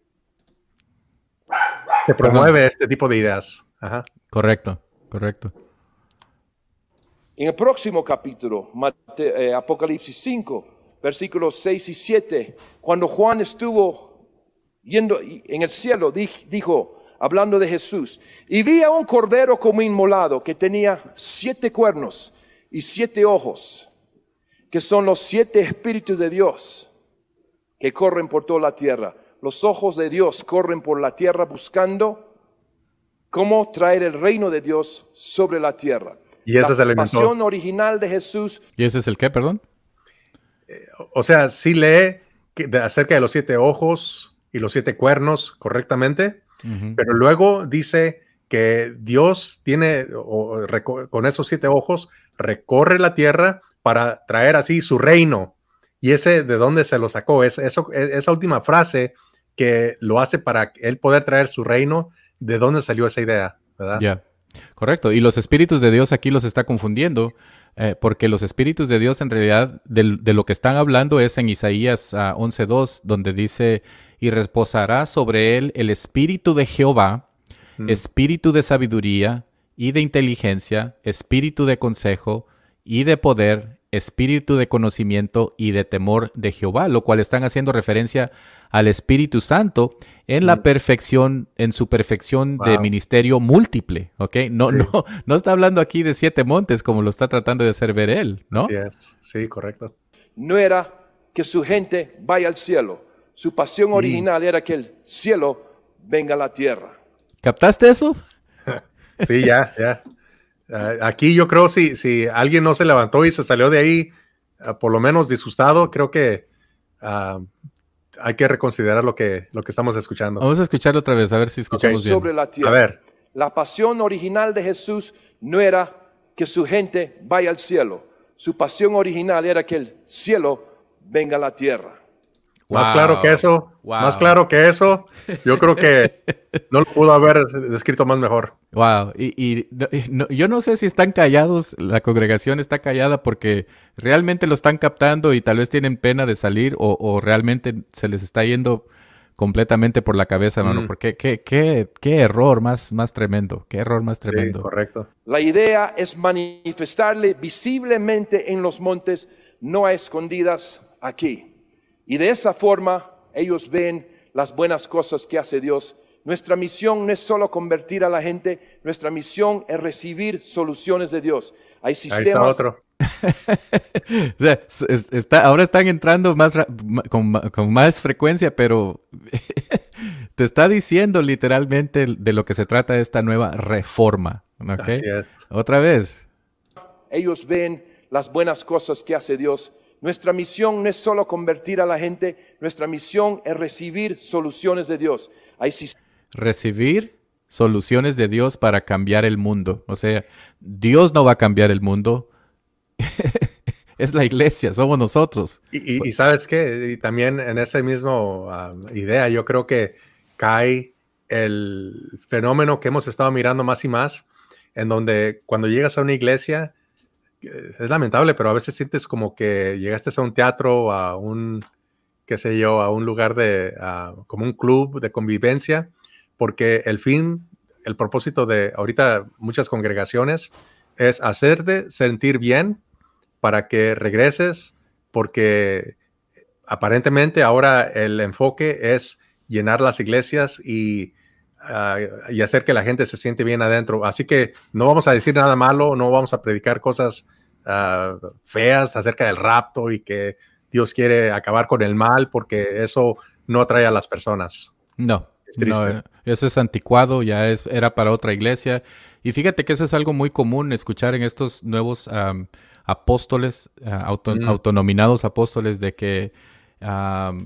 B: se promueve
A: Perdón.
B: este tipo de ideas. Ajá.
A: Correcto, correcto.
C: En el próximo capítulo, Mate- eh, Apocalipsis cinco, versículos seis y siete, cuando Juan estuvo yendo en el cielo, di- dijo, hablando de Jesús, y vi a un cordero como inmolado que tenía siete cuernos y siete ojos, que son los siete espíritus de Dios que corren por toda la tierra. Los ojos de Dios corren por la tierra buscando cómo traer el reino de Dios sobre la tierra.
B: Y ese
C: La
B: es el
C: pasión original de Jesús.
A: ¿Y ese es el qué, perdón?
B: O sea, sí lee que- de- acerca de los siete ojos y los siete cuernos correctamente,
A: Ujú.
B: pero luego dice que Dios tiene, o, o reco- con esos siete ojos, recorre la tierra para traer así su reino. Y ese, ¿de dónde se lo sacó? Es, eso, es- esa última frase que lo hace para él poder traer su reino, ¿de dónde salió esa idea? ¿Verdad?
A: Ya, correcto. Y los espíritus de Dios aquí los está confundiendo, eh, porque los espíritus de Dios en realidad del- de, lo que están hablando es en Isaías ah, once dos, donde dice, y reposará sobre él el espíritu de Jehová,
B: Mm.
A: espíritu de sabiduría y de inteligencia, espíritu de consejo y de poder, espíritu de conocimiento y de temor de Jehová, lo cual están haciendo referencia al Espíritu Santo en la
B: Mm.
A: perfección, en su perfección de
B: Wow.
A: ministerio múltiple, ¿ok? No,
B: Sí.
A: no, no está hablando aquí de siete montes como lo está tratando de hacer ver él, ¿no?
B: Así es. Sí, correcto.
C: No era que su gente vaya al cielo. Su pasión original era que el cielo venga a la tierra.
A: ¿Captaste eso?
B: Sí, ya, ya. Uh, aquí yo creo si, si alguien no se levantó y se salió de ahí, uh, por lo menos disgustado, creo que uh, hay que reconsiderar lo que, lo que estamos escuchando.
A: Vamos a escucharlo otra vez, a ver si escuchamos
C: Okay.
A: bien.
C: Sobre la tierra.
B: A ver.
C: La pasión original de Jesús no era que su gente vaya al cielo. Su pasión original era que el cielo venga a la tierra.
B: Más
A: Wow.
B: claro que eso,
A: Wow.
B: más claro que eso, yo creo que no lo pudo haber descrito más mejor.
A: Wow, y, y, y no, yo no sé si están callados, la congregación está callada porque realmente lo están captando y tal vez tienen pena de salir o, o realmente se les está yendo completamente por la cabeza, hermano,
B: Mm.
A: porque qué, qué, qué error más, más tremendo, qué error más
B: Sí,
A: tremendo.
B: correcto.
C: La idea es manifestarle visiblemente en los montes, no a escondidas aquí. Y de esa forma ellos ven las buenas cosas que hace Dios. Nuestra misión no es solo convertir a la gente, nuestra misión es recibir soluciones de Dios. Hay
B: Ahí está
C: sistemas.
B: otro.
A: O sea, es- es- está, ahora están entrando más ra- ma- con, ma- con más frecuencia, pero te está diciendo literalmente de lo que se trata esta nueva reforma. ¿Ok?
B: Así es.
A: Otra vez.
C: Ellos ven las buenas cosas que hace Dios. Nuestra misión no es solo convertir a la gente, nuestra misión es recibir soluciones de Dios. Hay sistemas.
A: Recibir soluciones de Dios para cambiar el mundo. O sea, Dios no va a cambiar el mundo. Es la iglesia, somos nosotros.
B: Y, y, y sabes qué, y también en esa misma uh, idea, yo creo que cae el fenómeno que hemos estado mirando más y más, en donde cuando llegas a una iglesia, eh, es lamentable, pero a veces sientes como que llegaste a un teatro, a un, qué sé yo, a un lugar de, uh, como un club de convivencia, porque el fin, el propósito de ahorita muchas congregaciones es hacerte sentir bien para que regreses, porque aparentemente ahora el enfoque es llenar las iglesias y, uh, y hacer que la gente se siente bien adentro. Así que no vamos a decir nada malo, no vamos a predicar cosas uh, feas acerca del rapto y que Dios quiere acabar con el mal, porque eso no atrae a las personas.
A: No,
B: Es triste.
A: no, eso es anticuado, ya es, era para otra iglesia. Y fíjate que eso es algo muy común escuchar en estos nuevos um, apóstoles, uh, auto,
B: Mm.
A: autonominados apóstoles, de que um,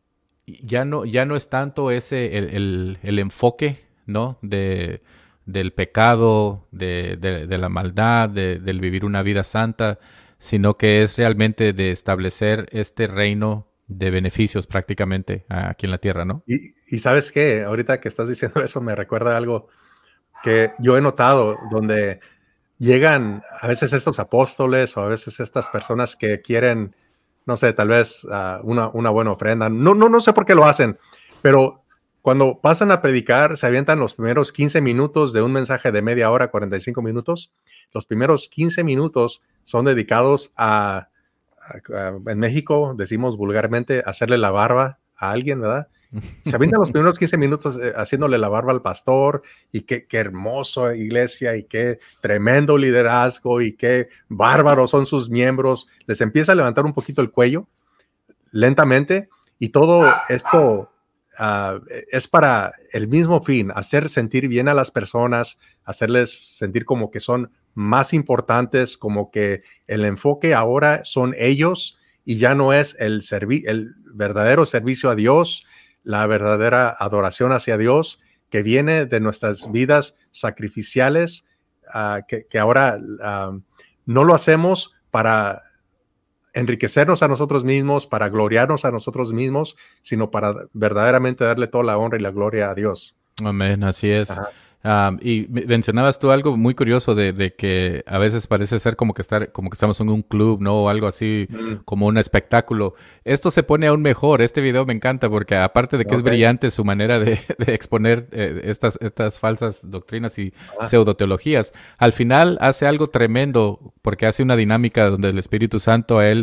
A: ya no, ya no es tanto ese el, el, el enfoque, ¿no? De, del pecado, de, de, de la maldad, de, del vivir una vida santa, sino que es realmente de establecer este reino de beneficios prácticamente aquí en la tierra, ¿no?
B: Y, y sabes qué, ahorita que estás diciendo eso me recuerda algo que yo he notado, donde llegan a veces estos apóstoles o a veces estas personas que quieren, no sé, tal vez uh, una, una buena ofrenda. No, no, no sé por qué lo hacen, pero cuando pasan a predicar, se avientan los primeros quince minutos de un mensaje de media hora, cuarenta y cinco minutos. Los primeros quince minutos son dedicados a, a, a en México, decimos vulgarmente, hacerle la barba a alguien, ¿verdad? Se avientan los primeros quince minutos eh, haciéndole la barba al pastor, y qué, qué hermoso iglesia, y qué tremendo liderazgo, y qué bárbaros son sus miembros. Les empieza a levantar un poquito el cuello, lentamente, y todo esto uh, es para el mismo fin, hacer sentir bien a las personas, hacerles sentir como que son más importantes, como que el enfoque ahora son ellos, y ya no es el, servi- el verdadero servicio a Dios, la verdadera adoración hacia Dios que viene de nuestras vidas sacrificiales, uh, que, que ahora uh, no lo hacemos para enriquecernos a nosotros mismos, para gloriarnos a nosotros mismos, sino para verdaderamente darle toda la honra y la gloria a Dios.
A: Amén, así es. Um, y mencionabas tú algo muy curioso de, de que a veces parece ser como que estar, como que estamos en un club, ¿no? O algo así, mm. como un espectáculo. Esto se pone aún mejor. Este video me encanta porque aparte de que okay. es brillante su manera de, de exponer eh, estas, estas falsas doctrinas y ah. pseudoteologías, al final hace algo tremendo porque hace una dinámica donde el Espíritu Santo a él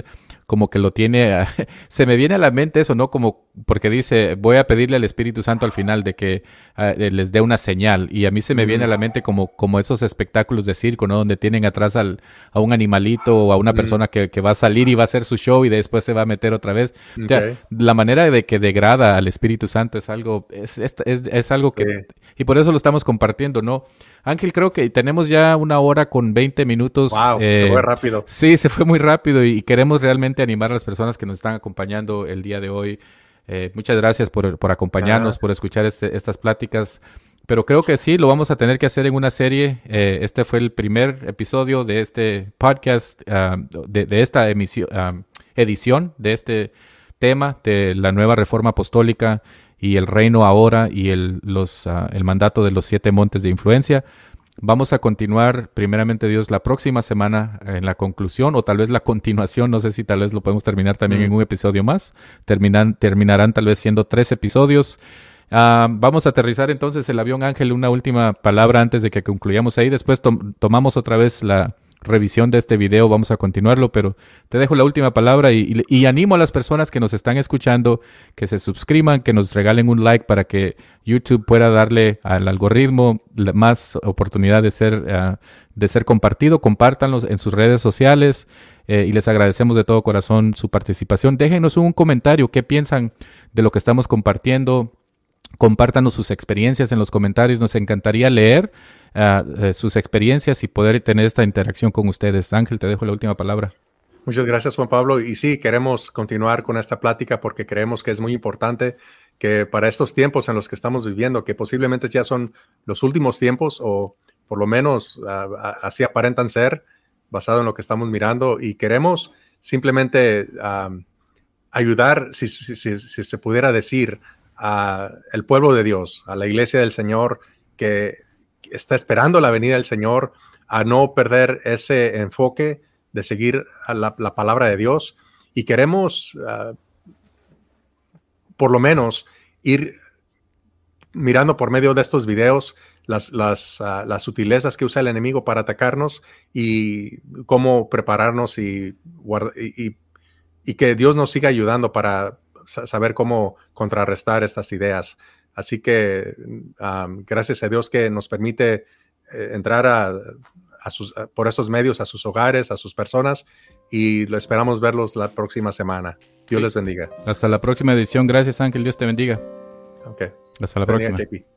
A: como que lo tiene, se me viene a la mente eso, ¿no? Como porque dice, voy a pedirle al Espíritu Santo al final de que uh, les dé una señal. Y a mí se me viene a la mente como, como esos espectáculos de circo, ¿no? Donde tienen atrás al, a un animalito o a una persona que, que va a salir y va a hacer su show y después se va a meter otra vez. Okay. O sea, la manera de que degrada al Espíritu Santo es algo, es, es, es, es algo que, sí. Y por eso lo estamos compartiendo, ¿no? Ángel, creo que tenemos ya una hora con veinte minutos.
B: Wow, eh, se fue rápido.
A: Sí, se fue muy rápido y queremos realmente animar a las personas que nos están acompañando el día de hoy. Eh, muchas gracias por, por acompañarnos, ah. por escuchar este, estas pláticas. Pero creo que sí, lo vamos a tener que hacer en una serie. Eh, este fue el primer episodio de este podcast, uh, de, de esta emisión, uh, edición de este tema de la nueva reforma apostólica y el reino ahora y el, los, uh, el mandato de los siete montes de influencia. Vamos a continuar, primeramente Dios, la próxima semana en la conclusión o tal vez la continuación. No sé si tal vez lo podemos terminar también mm. en un episodio más. Terminan, terminarán tal vez siendo tres episodios. Uh, vamos a aterrizar entonces el avión, Ángel. Una última palabra antes de que concluyamos ahí. Después to- tomamos otra vez la revisión de este video, vamos a continuarlo, pero te dejo la última palabra y, y, y animo a las personas que nos están escuchando que se suscriban, que nos regalen un like para que YouTube pueda darle al algoritmo más oportunidad de ser, uh, de ser compartido. Compártanlos en sus redes sociales eh, y les agradecemos de todo corazón su participación. Déjenos un comentario, qué piensan de lo que estamos compartiendo. Compártanos sus experiencias en los comentarios, nos encantaría leer uh, uh, sus experiencias y poder tener esta interacción con ustedes. Ángel, te dejo la última palabra.
B: Muchas gracias, Juan Pablo. Y sí, queremos continuar con esta plática porque creemos que es muy importante que para estos tiempos en los que estamos viviendo, que posiblemente ya son los últimos tiempos o por lo menos uh, así aparentan ser, basado en lo que estamos mirando, y queremos simplemente um, ayudar, si, si, si, si se pudiera decir, al pueblo de Dios, a la iglesia del Señor que está esperando la venida del Señor, a no perder ese enfoque de seguir a la, la palabra de Dios, y queremos uh, por lo menos ir mirando por medio de estos videos las, las, uh, las sutilezas que usa el enemigo para atacarnos y cómo prepararnos y, guarda, y, y, y que Dios nos siga ayudando para saber cómo contrarrestar estas ideas. Así que um, gracias a Dios que nos permite eh, entrar a, a sus, a, por esos medios a sus hogares, a sus personas, y lo esperamos verlos la próxima semana. Dios sí. les bendiga.
A: Hasta la próxima edición. Gracias, Ángel. Dios te bendiga.
B: Okay.
A: Hasta la próxima.
B: J P.